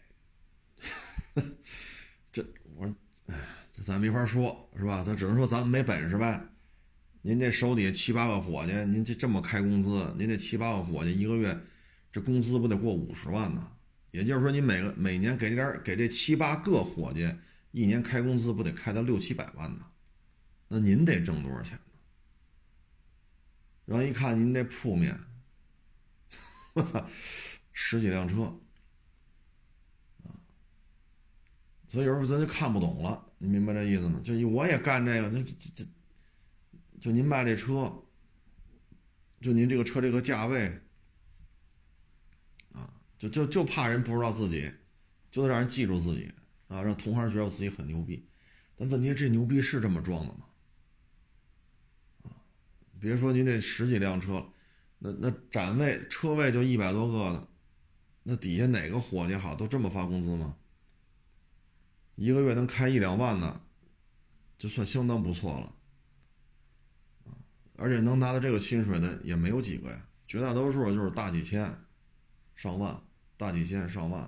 这我说，哎，这咱没法说，是吧？咱只能说咱们没本事呗。您这手底下七八个伙计，您这这么开工资，您这七八个伙计一个月，这工资不得过五十万呢？也就是说，你每个每年给这点给这七八个伙计。一年开工资不得开到六七百万呢？那您得挣多少钱呢？然后一看您这铺面，我操，十几辆车啊！所以有时候咱就看不懂了，你明白这意思吗？就我也干这个，就就就就您卖这车，就您这个车这个价位啊，就就就怕人不知道自己，就得让人记住自己。啊，让同行觉得自己很牛逼， 但问题这牛逼是这么装的吗？别说您这十几辆车，那那展位车位就一百多个的，那底下哪个伙计好都这么发工资吗？一个月能开一两万的，就算相当不错了。而且能拿到这个薪水的也没有几个呀，绝大多数就是大几千、上万，大几千上万，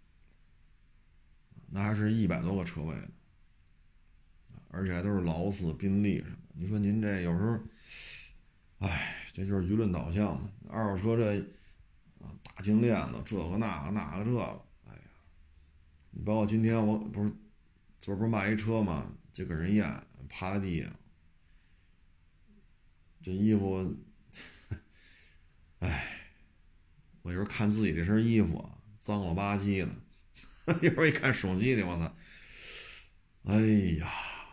那还是一百多个车位的，而且还都是劳斯、宾利什么的。你说您这有时候，哎，这就是舆论导向嘛。二手车这啊，大金链子，这个那个那个这个，哎呀，你包括今天我不是昨儿不是卖一车嘛，就跟人验趴在地下，这衣服，哎，我有时候看自己这身衣服啊，脏了吧唧的，一会儿一看手机里，我操，哎呀，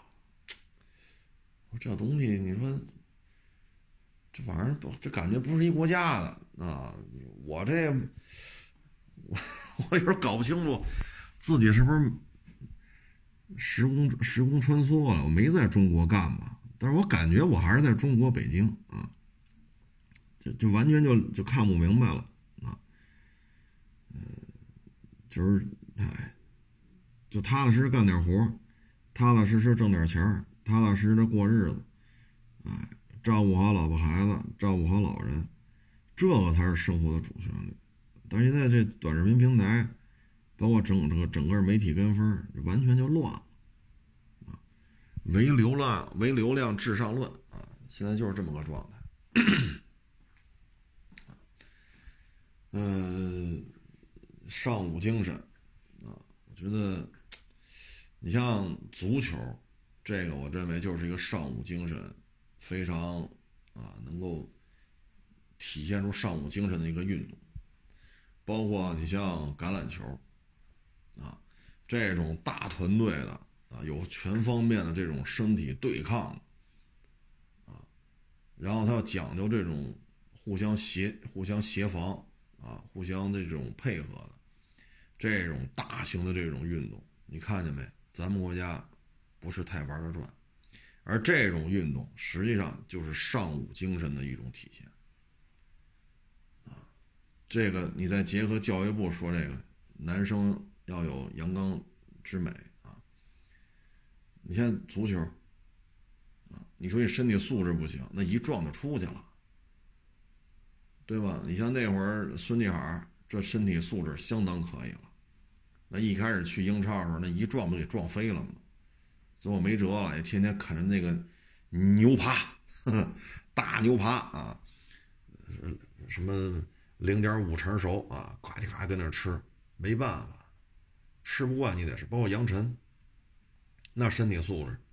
我这东西你说这玩意儿不，这感觉不是一国家的啊！我这我我有时候搞不清楚自己是不是时空时空穿梭了，我没在中国干吧？但是我感觉我还是在中国北京啊，就就完全就就看不明白了啊，嗯，就是哎，就踏踏实实干点活，踏踏实实挣点钱，踏踏实实的过日子，哎，照顾好老婆孩子，照顾好老人，这个才是生活的主旋律。但是现在这短视频平台，包括整个整个媒体跟风，完全就乱了啊！唯流量唯流量至上论啊，现在就是这么个状态。嗯、呃，上午精神啊，我觉得你像足球，这个我认为就是一个上午精神非常啊能够体现出上午精神的一个运动。包括你像橄榄球啊，这种大团队的啊，有全方面的这种身体对抗啊，然后他要讲究这种互相协互相协防啊，互相这种配合的这种大型的这种运动，你看见没？咱们国家不是太玩得转，而这种运动实际上就是上午精神的一种体现。这个你再结合教育部说这个男生要有阳刚之美啊，你像足球啊，你说你身体素质不行，那一撞就出去了，对吧？你像那会儿孙继海这身体素质相当可以了，那一开始去英超的时候，那一撞不给撞飞了吗？最后没辙了，也天天啃着那个牛扒，呵呵大牛扒啊，什么零点五成熟啊，咔叽咔跟那吃，没办法，吃不惯你得是。包括杨晨，那身体素质，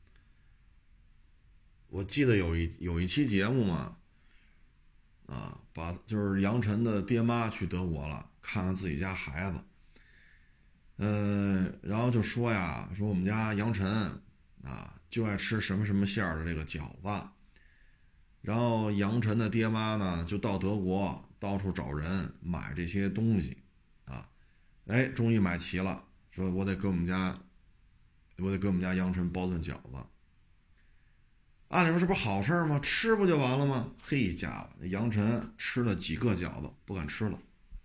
我记得有一有一期节目嘛，啊，把就是杨晨的爹妈去德国了，看看自己家孩子，嗯、呃，然后就说呀，说我们家杨晨啊，就爱吃什么什么馅儿的这个饺子。然后杨晨的爹妈呢，就到德国到处找人买这些东西，啊，哎，终于买齐了，说我得给我们家，我得给我们家杨晨包顿饺子。按理说这不好事吗？吃不就完了吗？嘿家伙，杨晨吃了几个饺子，不敢吃了，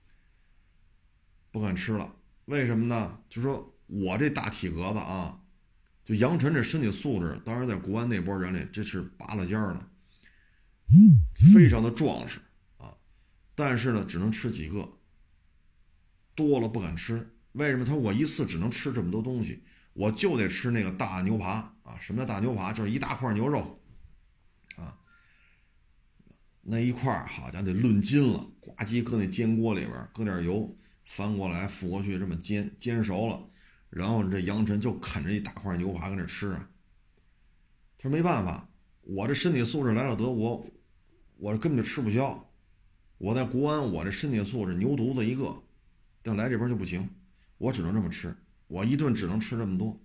不敢吃了。为什么呢？就说我这大体格子啊，就杨晨这身体素质，当然在国安那波人里，这是拔了尖儿的。非常的壮实啊，但是呢，只能吃几个，多了不敢吃。为什么？他说我一次只能吃这么多东西，我就得吃那个大牛扒啊！什么叫大牛扒？就是一大块牛肉啊，那一块好家伙得论斤了，呱唧搁那煎锅里边，搁点油，翻过来覆过去，这么煎，煎熟了，然后这杨晨就啃着一大块牛扒跟那吃啊。他说没办法，我这身体素质来到德国，我根本就吃不消，我在国安我这身体素质牛犊子一个，但来这边就不行，我只能这么吃，我一顿只能吃这么多，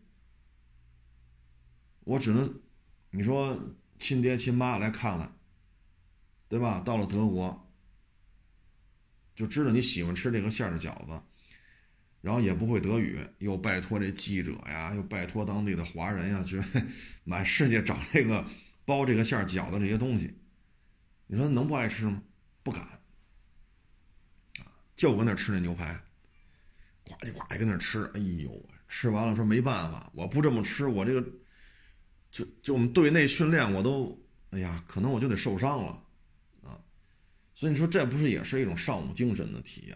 我只能，你说亲爹亲妈来看看，对吧？到了德国就知道你喜欢吃这个馅儿的饺子， 然后也不会德语，又拜托这记者呀，又拜托当地的华人呀，去满世界找这个包这个馅儿饺子这些东西，你说能不爱吃吗？不敢，就跟那吃那牛排，呱唧呱唧跟那吃，哎呦，吃完了说没办法，我不这么吃，我这个就就我们队内训练我都，哎呀，可能我就得受伤了啊，所以你说这不是也是一种尚武精神的体验？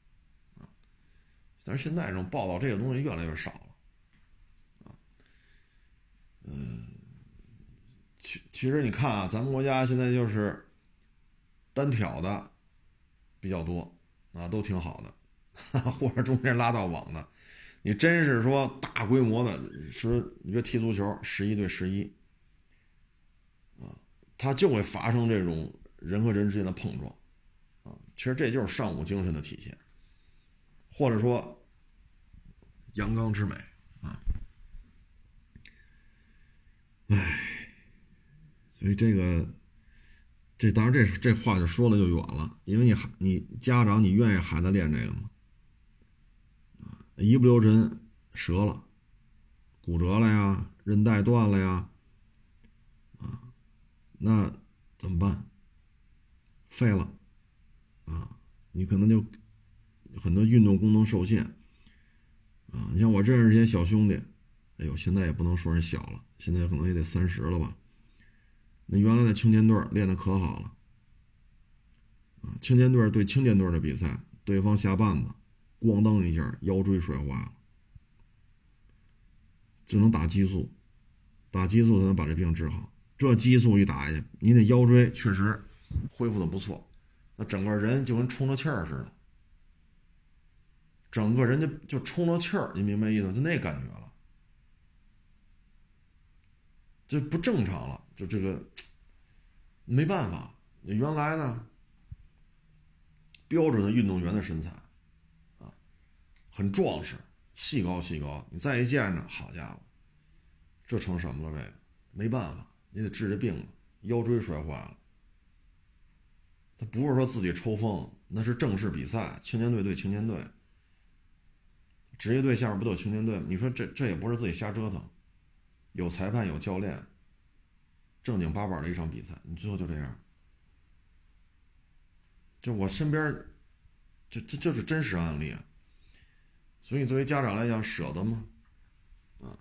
但是现在这种报道这个东西越来越少了，啊，嗯，其其实你看啊，咱们国家现在就是单挑的比较多啊，都挺好的，或者中间拉到网的，你真是说大规模的，说你别踢足球，十一对十一，啊，它就会发生这种人和人之间的碰撞，啊，其实这就是尚武精神的体现，或者说阳刚之美啊，唉，所以这个，这当然这这话就说了就远了，因为你你家长你愿意孩子练这个吗？一不留神折了，骨折了呀，韧带断了呀，啊，那怎么办？废了啊，你可能就很多运动功能受限啊。你像我认识这些小兄弟，哎呦，现在也不能说人小了，现在可能也得三十了吧。那原来的青年队练得可好了啊，青年队对青年队的比赛，对方下绊子，咣当一下腰椎摔坏了，只能打激素，打激素才能把这病治好。这激素一打下去，你的腰椎确实恢复的不错，那整个人就跟充了气儿似的，整个人就就充了气儿，你明白意思？就那感觉了，就不正常了，就这个没办法。你原来呢，标准的运动员的身材啊，很壮实，细高细高，你再一见着，好家伙，这成什么了？这个没办法，你得治这病了，腰椎摔坏了。他不是说自己抽风，那是正式比赛，青年队对青年队，职业队下面不都有青年队吗？你说这这也不是自己瞎折腾，有裁判有教练，正经八百的一场比赛，你最后就这样。就我身边，这这就是真实案例啊。所以作为家长来讲，舍得吗？啊，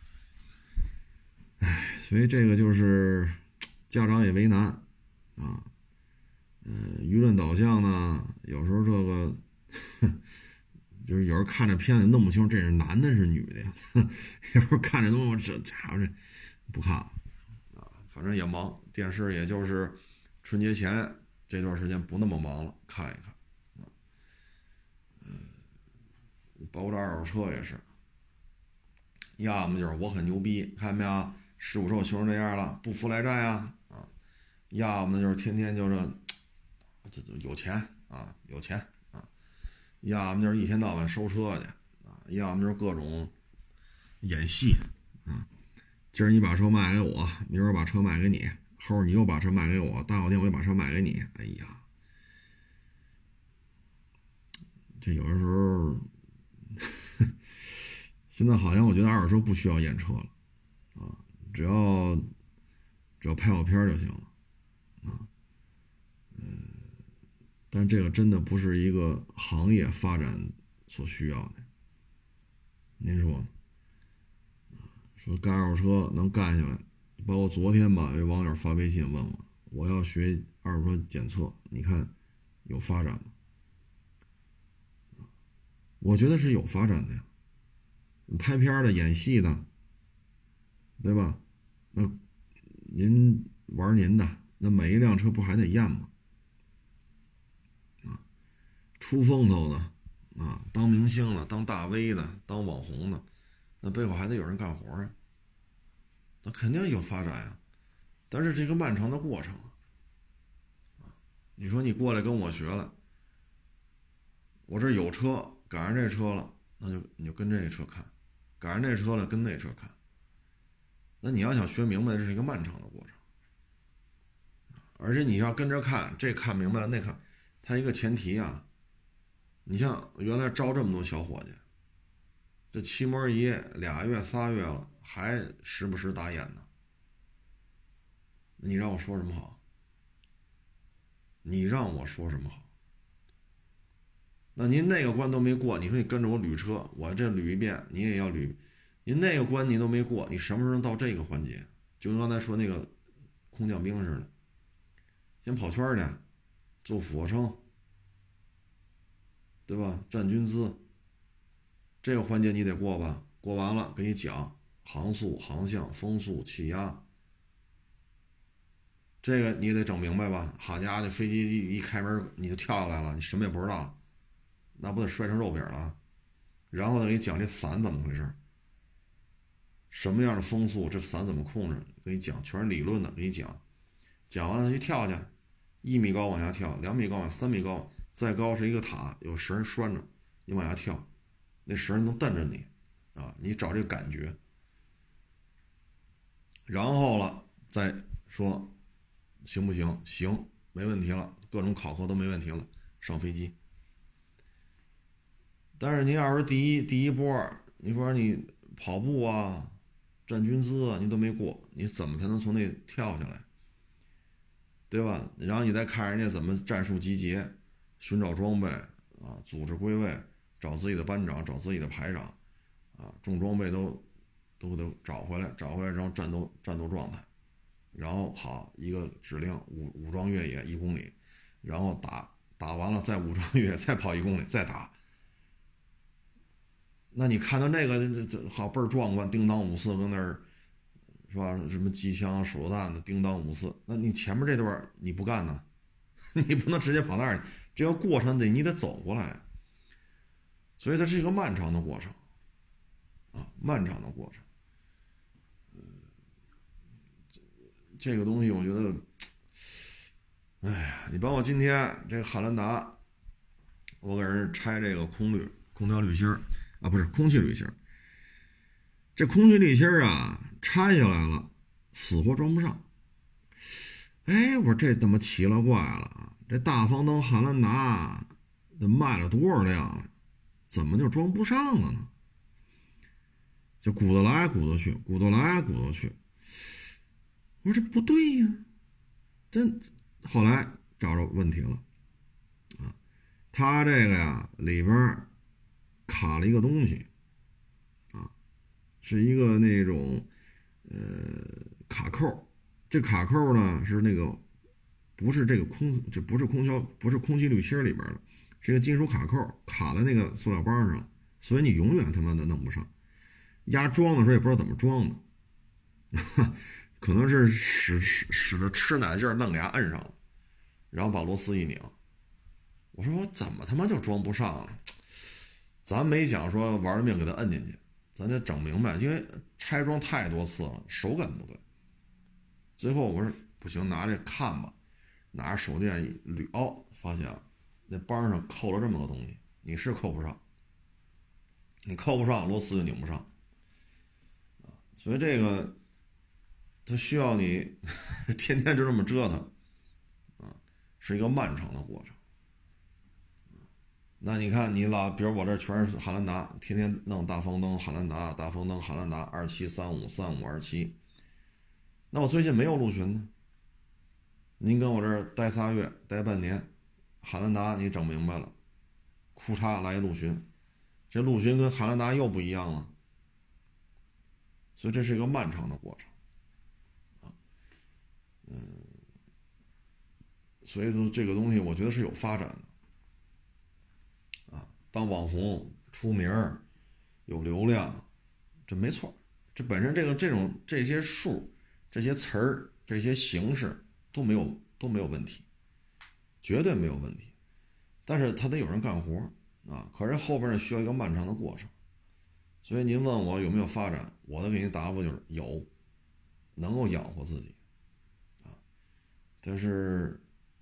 唉，所以这个就是家长也为难啊。嗯，舆论导向呢，有时候这个就是有时候看着片子弄不清楚这是男的是女的呀，有时候看着东西这家伙这不看了啊，反正也忙，电视也就是春节前这段时间不那么忙了，看一看啊。嗯，包括这二手车也是，要么就是我很牛逼，看见没有，十五手修成这样了，不服来战呀啊，要么就是天天就是这就有钱啊，有钱啊，要么就是一天到晚收车去啊，要么就是各种演戏啊。今儿你把车卖给我，明儿把车卖给你，后儿你又把车卖给我，大后天我又把车卖给你。哎呀，这有的时候，现在好像我觉得二手车不需要验车了啊，只要只要拍好片就行了啊。嗯。但这个真的不是一个行业发展所需要的，您说呢？说干二手车能干下来，包括昨天吧，有网友发微信问我，我要学二手车检测，你看有发展吗？我觉得是有发展的呀，拍片的、演戏的，对吧？那您玩您的，那每一辆车不还得验吗？出风头的啊，当明星了，当大 V 的，当网红的，那背后还得有人干活啊，那肯定有发展呀。但是这个漫长的过程啊，你说你过来跟我学了，我这有车，赶上这车了，那就你就跟这车看，赶上这车了跟那车看。那你要想学明白，这是一个漫长的过程，而且你要跟着看，这看明白了，那看，它一个前提啊。你像原来招这么多小伙计这漆膜仪俩月仨月了，还时不时打眼呢。你让我说什么好？你让我说什么好？那您那个关都没过，你说你跟着我捋车，我这捋一遍，你也要捋。您那个关你都没过，你什么时候能到这个环节？就跟刚才说那个空降兵似的，先跑圈去，做俯卧撑，对吧？站军姿，这个环节你得过吧？过完了给你讲航速、航向、风速、气压，这个你也得整明白吧？好家伙，飞机一一开门你就跳下来了，你什么也不知道，那不得摔成肉饼了？然后再给你讲这伞怎么回事，什么样的风速，这伞怎么控制，给你讲，全是理论的，给你讲。讲完了他去跳去，一米高往下跳，两米高，三米高，再高是一个塔，有绳拴着，你往下跳，那绳能蹬着你啊，你找这个感觉。然后了再说行不行？行，没问题了，各种考核都没问题了，上飞机。但是你要是第一第一波，你说你跑步啊、站军姿啊，你都没过，你怎么才能从那跳下来？对吧？然后你再看人家怎么战术集结、寻找装备啊、组织归位、找自己的班长、找自己的排长啊，重装备都都得找回来，找回来然后战斗战斗状态，然后好一个指令武武装越野一公里，然后打打完了再武装越野再跑一公里再打。那你看到那个这这好倍儿壮观，叮当五四跟那儿是吧？什么机枪、手榴弹的叮当五四，那你前面这段你不干呢？你不能直接跑那儿去，这个过程得你得走过来，所以它是一个漫长的过程啊，漫长的过程。嗯，这个东西我觉得，哎呀，你包括今天这个汉兰达，我给人拆这个空滤空调滤芯啊，不是空气滤芯。这空气滤芯啊，拆下来了，死活装不上。哎，我说这怎么奇了怪了啊？这大方灯汉兰达，这卖了多少辆了，怎么就装不上了呢？就鼓捣来鼓捣去，鼓捣来鼓捣去。我说这不对呀，真后来找着问题了啊，它这个呀里边卡了一个东西。是一个那种呃卡扣，这卡扣呢是那个不是这个空，这不是空调，不是空气滤芯里边的，是一个金属卡扣卡在那个塑料帮上，所以你永远他妈的弄不上。压装的时候也不知道怎么装的，可能是使使使着吃奶劲儿愣给它摁上了，然后把螺丝一拧。我说我怎么他妈就装不上了？咱没讲说玩了命给它摁进去。咱得整明白，因为拆装太多次了，手感不对。最后我说不行，拿这看吧，拿着手电一捋，哦，发现了那帮上扣了这么个东西，你是扣不上，你扣不上，螺丝就拧不上啊。所以这个它需要你天天就这么折腾啊，是一个漫长的过程。那你看你老比如我这全是汉兰达，天天弄大方灯汉兰达，大方灯汉兰达二七三五三五二七，那我最近没有陆巡呢。您跟我这儿待仨月待半年，汉兰达你整明白了，库嚓来一陆巡，这陆巡跟汉兰达又不一样了，所以这是一个漫长的过程啊。嗯，所以说这个东西我觉得是有发展的。当网红出名有流量，这没错，这本身这个这种这些数、这些词儿、这些形式都没有都没有问题，绝对没有问题。但是他得有人干活啊，可是后边呢需要一个漫长的过程。所以您问我有没有发展，我的给您答复就是有，能够养活自己啊。但是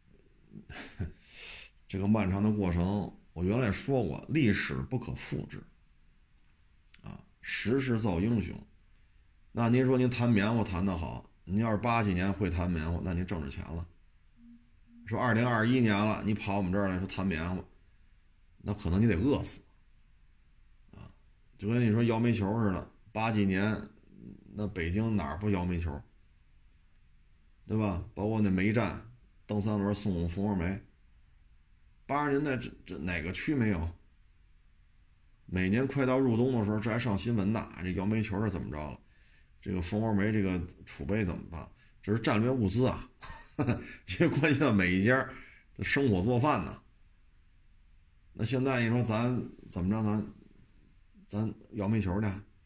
这个漫长的过程。我原来说过，历史不可复制，啊，时势造英雄。那您说您弹棉花弹得好，您要是八几年会弹棉花，那您挣着钱了。说二零二一年了，你跑我们这儿来说弹棉花，那可能你得饿死，啊， 就跟你说摇煤球似的，八几年那北京哪儿不摇煤球，对吧？包括那煤站，蹬三轮送蜂窝煤。八十年代这这哪个区没有？每年快到入冬的时候，这还上新闻呢。这摇煤球是怎么着了？这个蜂窝煤这个储备怎么办？这是战略物资啊，因为关系到每一家的生火做饭呢。那现在你说咱怎么着？咱咱摇煤球去，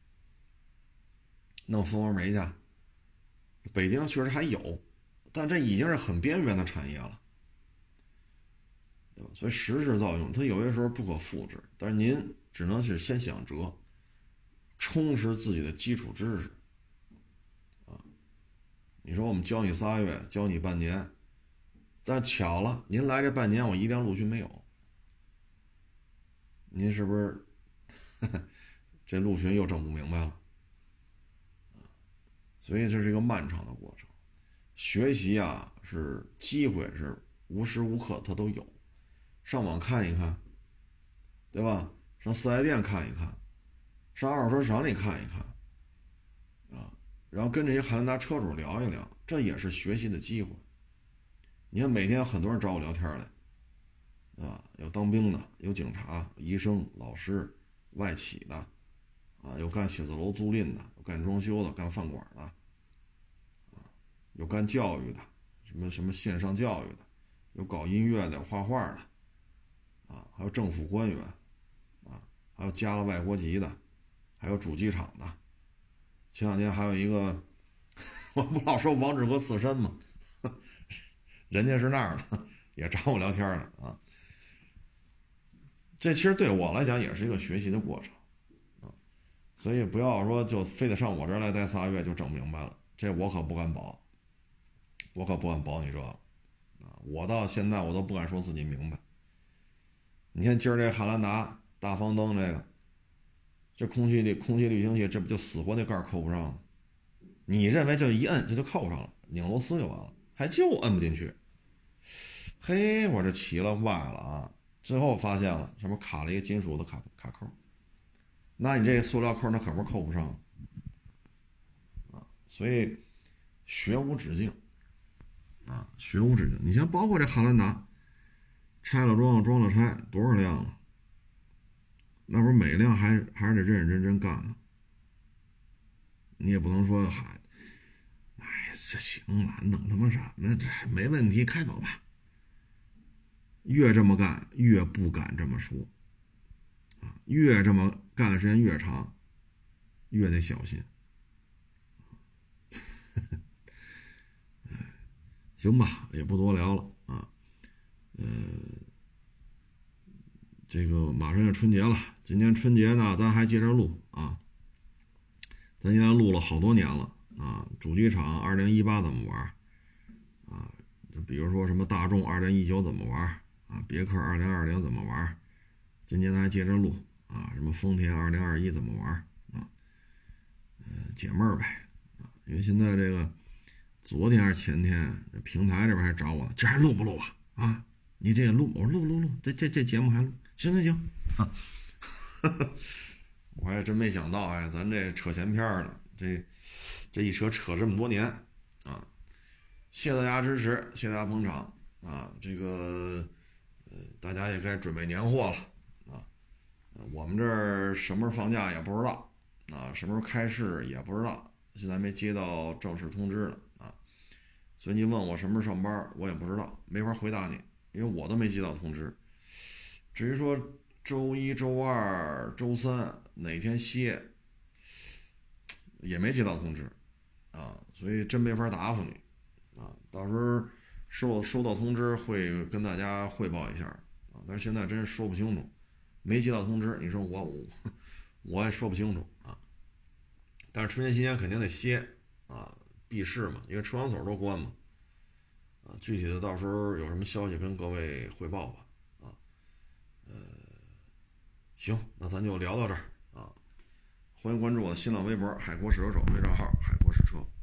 弄蜂窝煤去。北京确实还有，但这已经是很边缘的产业了，对吧？所以时势造用，它有些时候不可复制。但是您只能是先想辙，充实自己的基础知识啊。你说我们教你仨月，教你半年，但巧了，您来这半年我一辆陆巡没有，您是不是呵呵这陆巡又整不明白了？所以这是一个漫长的过程。学习啊，是机会，是无时无刻它都有。上网看一看，对吧？上四 S 店看一看，上二手车市场里看一看，啊，然后跟这些汉兰达车主聊一聊，这也是学习的机会。你看每天很多人找我聊天来，啊，有当兵的，有警察、医生、老师、外企的，啊，有干写字楼租赁的，有干装修的，干饭馆的，啊，有干教育的，什么什么线上教育的，有搞音乐的，有画画的，啊，还有政府官员，啊，还有加了外国籍的，还有主机厂的。前两天还有一个，我不老说王志和刺身吗？人家是那儿的，也找我聊天了啊。这其实对我来讲也是一个学习的过程啊，所以不要说就非得上我这儿来待仨月就整明白了，这我可不敢保，我可不敢保你这个啊。我到现在我都不敢说自己明白。你看今儿这汉兰达大方灯这个，这空气滤空气滤清器，这不就死活那盖扣不上吗？你认为就一摁这就扣上了，拧螺丝就完了，还就摁不进去。嘿，我这奇了怪了啊！最后发现了上面卡了一个金属的卡卡扣，那你这个塑料扣那可不是扣不上啊！所以学无止境啊，学无止境。你像包括这汉兰达，拆了装，装了拆，多少辆了？那不是每辆还还是得认认真真干啊？你也不能说嗨，哎，这行了，弄他妈什么？这没问题，开走吧。越这么干，越不敢这么说啊！越这么干的时间越长，越得小心。行吧，也不多聊了啊。呃，这个马上要春节了，今年春节呢，咱还接着录啊。咱现在录了好多年了啊。主机厂二零一八怎么玩啊？比如说什么大众二零一九怎么玩啊？别克二零二零怎么玩？今年咱还接着录啊。什么丰田二零二一怎么玩啊？呃，解闷儿呗啊。因为现在这个昨天还是前天，这平台这边还找我，这还录不录啊？啊，你这个录，我说录录录，这这这节目还录，行行行啊。我还真没想到，哎，咱这扯闲篇呢，这这一扯扯这么多年啊！谢谢大家支持，谢谢大家捧场啊！这个呃，大家也该准备年货了啊！我们这儿什么时候放假也不知道啊，什么时候开市也不知道，现在没接到正式通知呢啊！所以你问我什么时候上班，我也不知道，没法回答你，因为我都没接到通知。至于说周一周二周三哪天歇也没接到通知啊，所以真没法答复你啊。到时候收收到通知会跟大家汇报一下啊，但是现在真说不清楚，没接到通知，你说我我我也说不清楚啊。但是春节期间肯定得歇啊，闭市嘛，因为车管所都关嘛啊。具体的到时候有什么消息跟各位汇报吧。行，那咱就聊到这儿啊！欢迎关注我的新浪微博“海阔试车手”微账号“海阔试车”。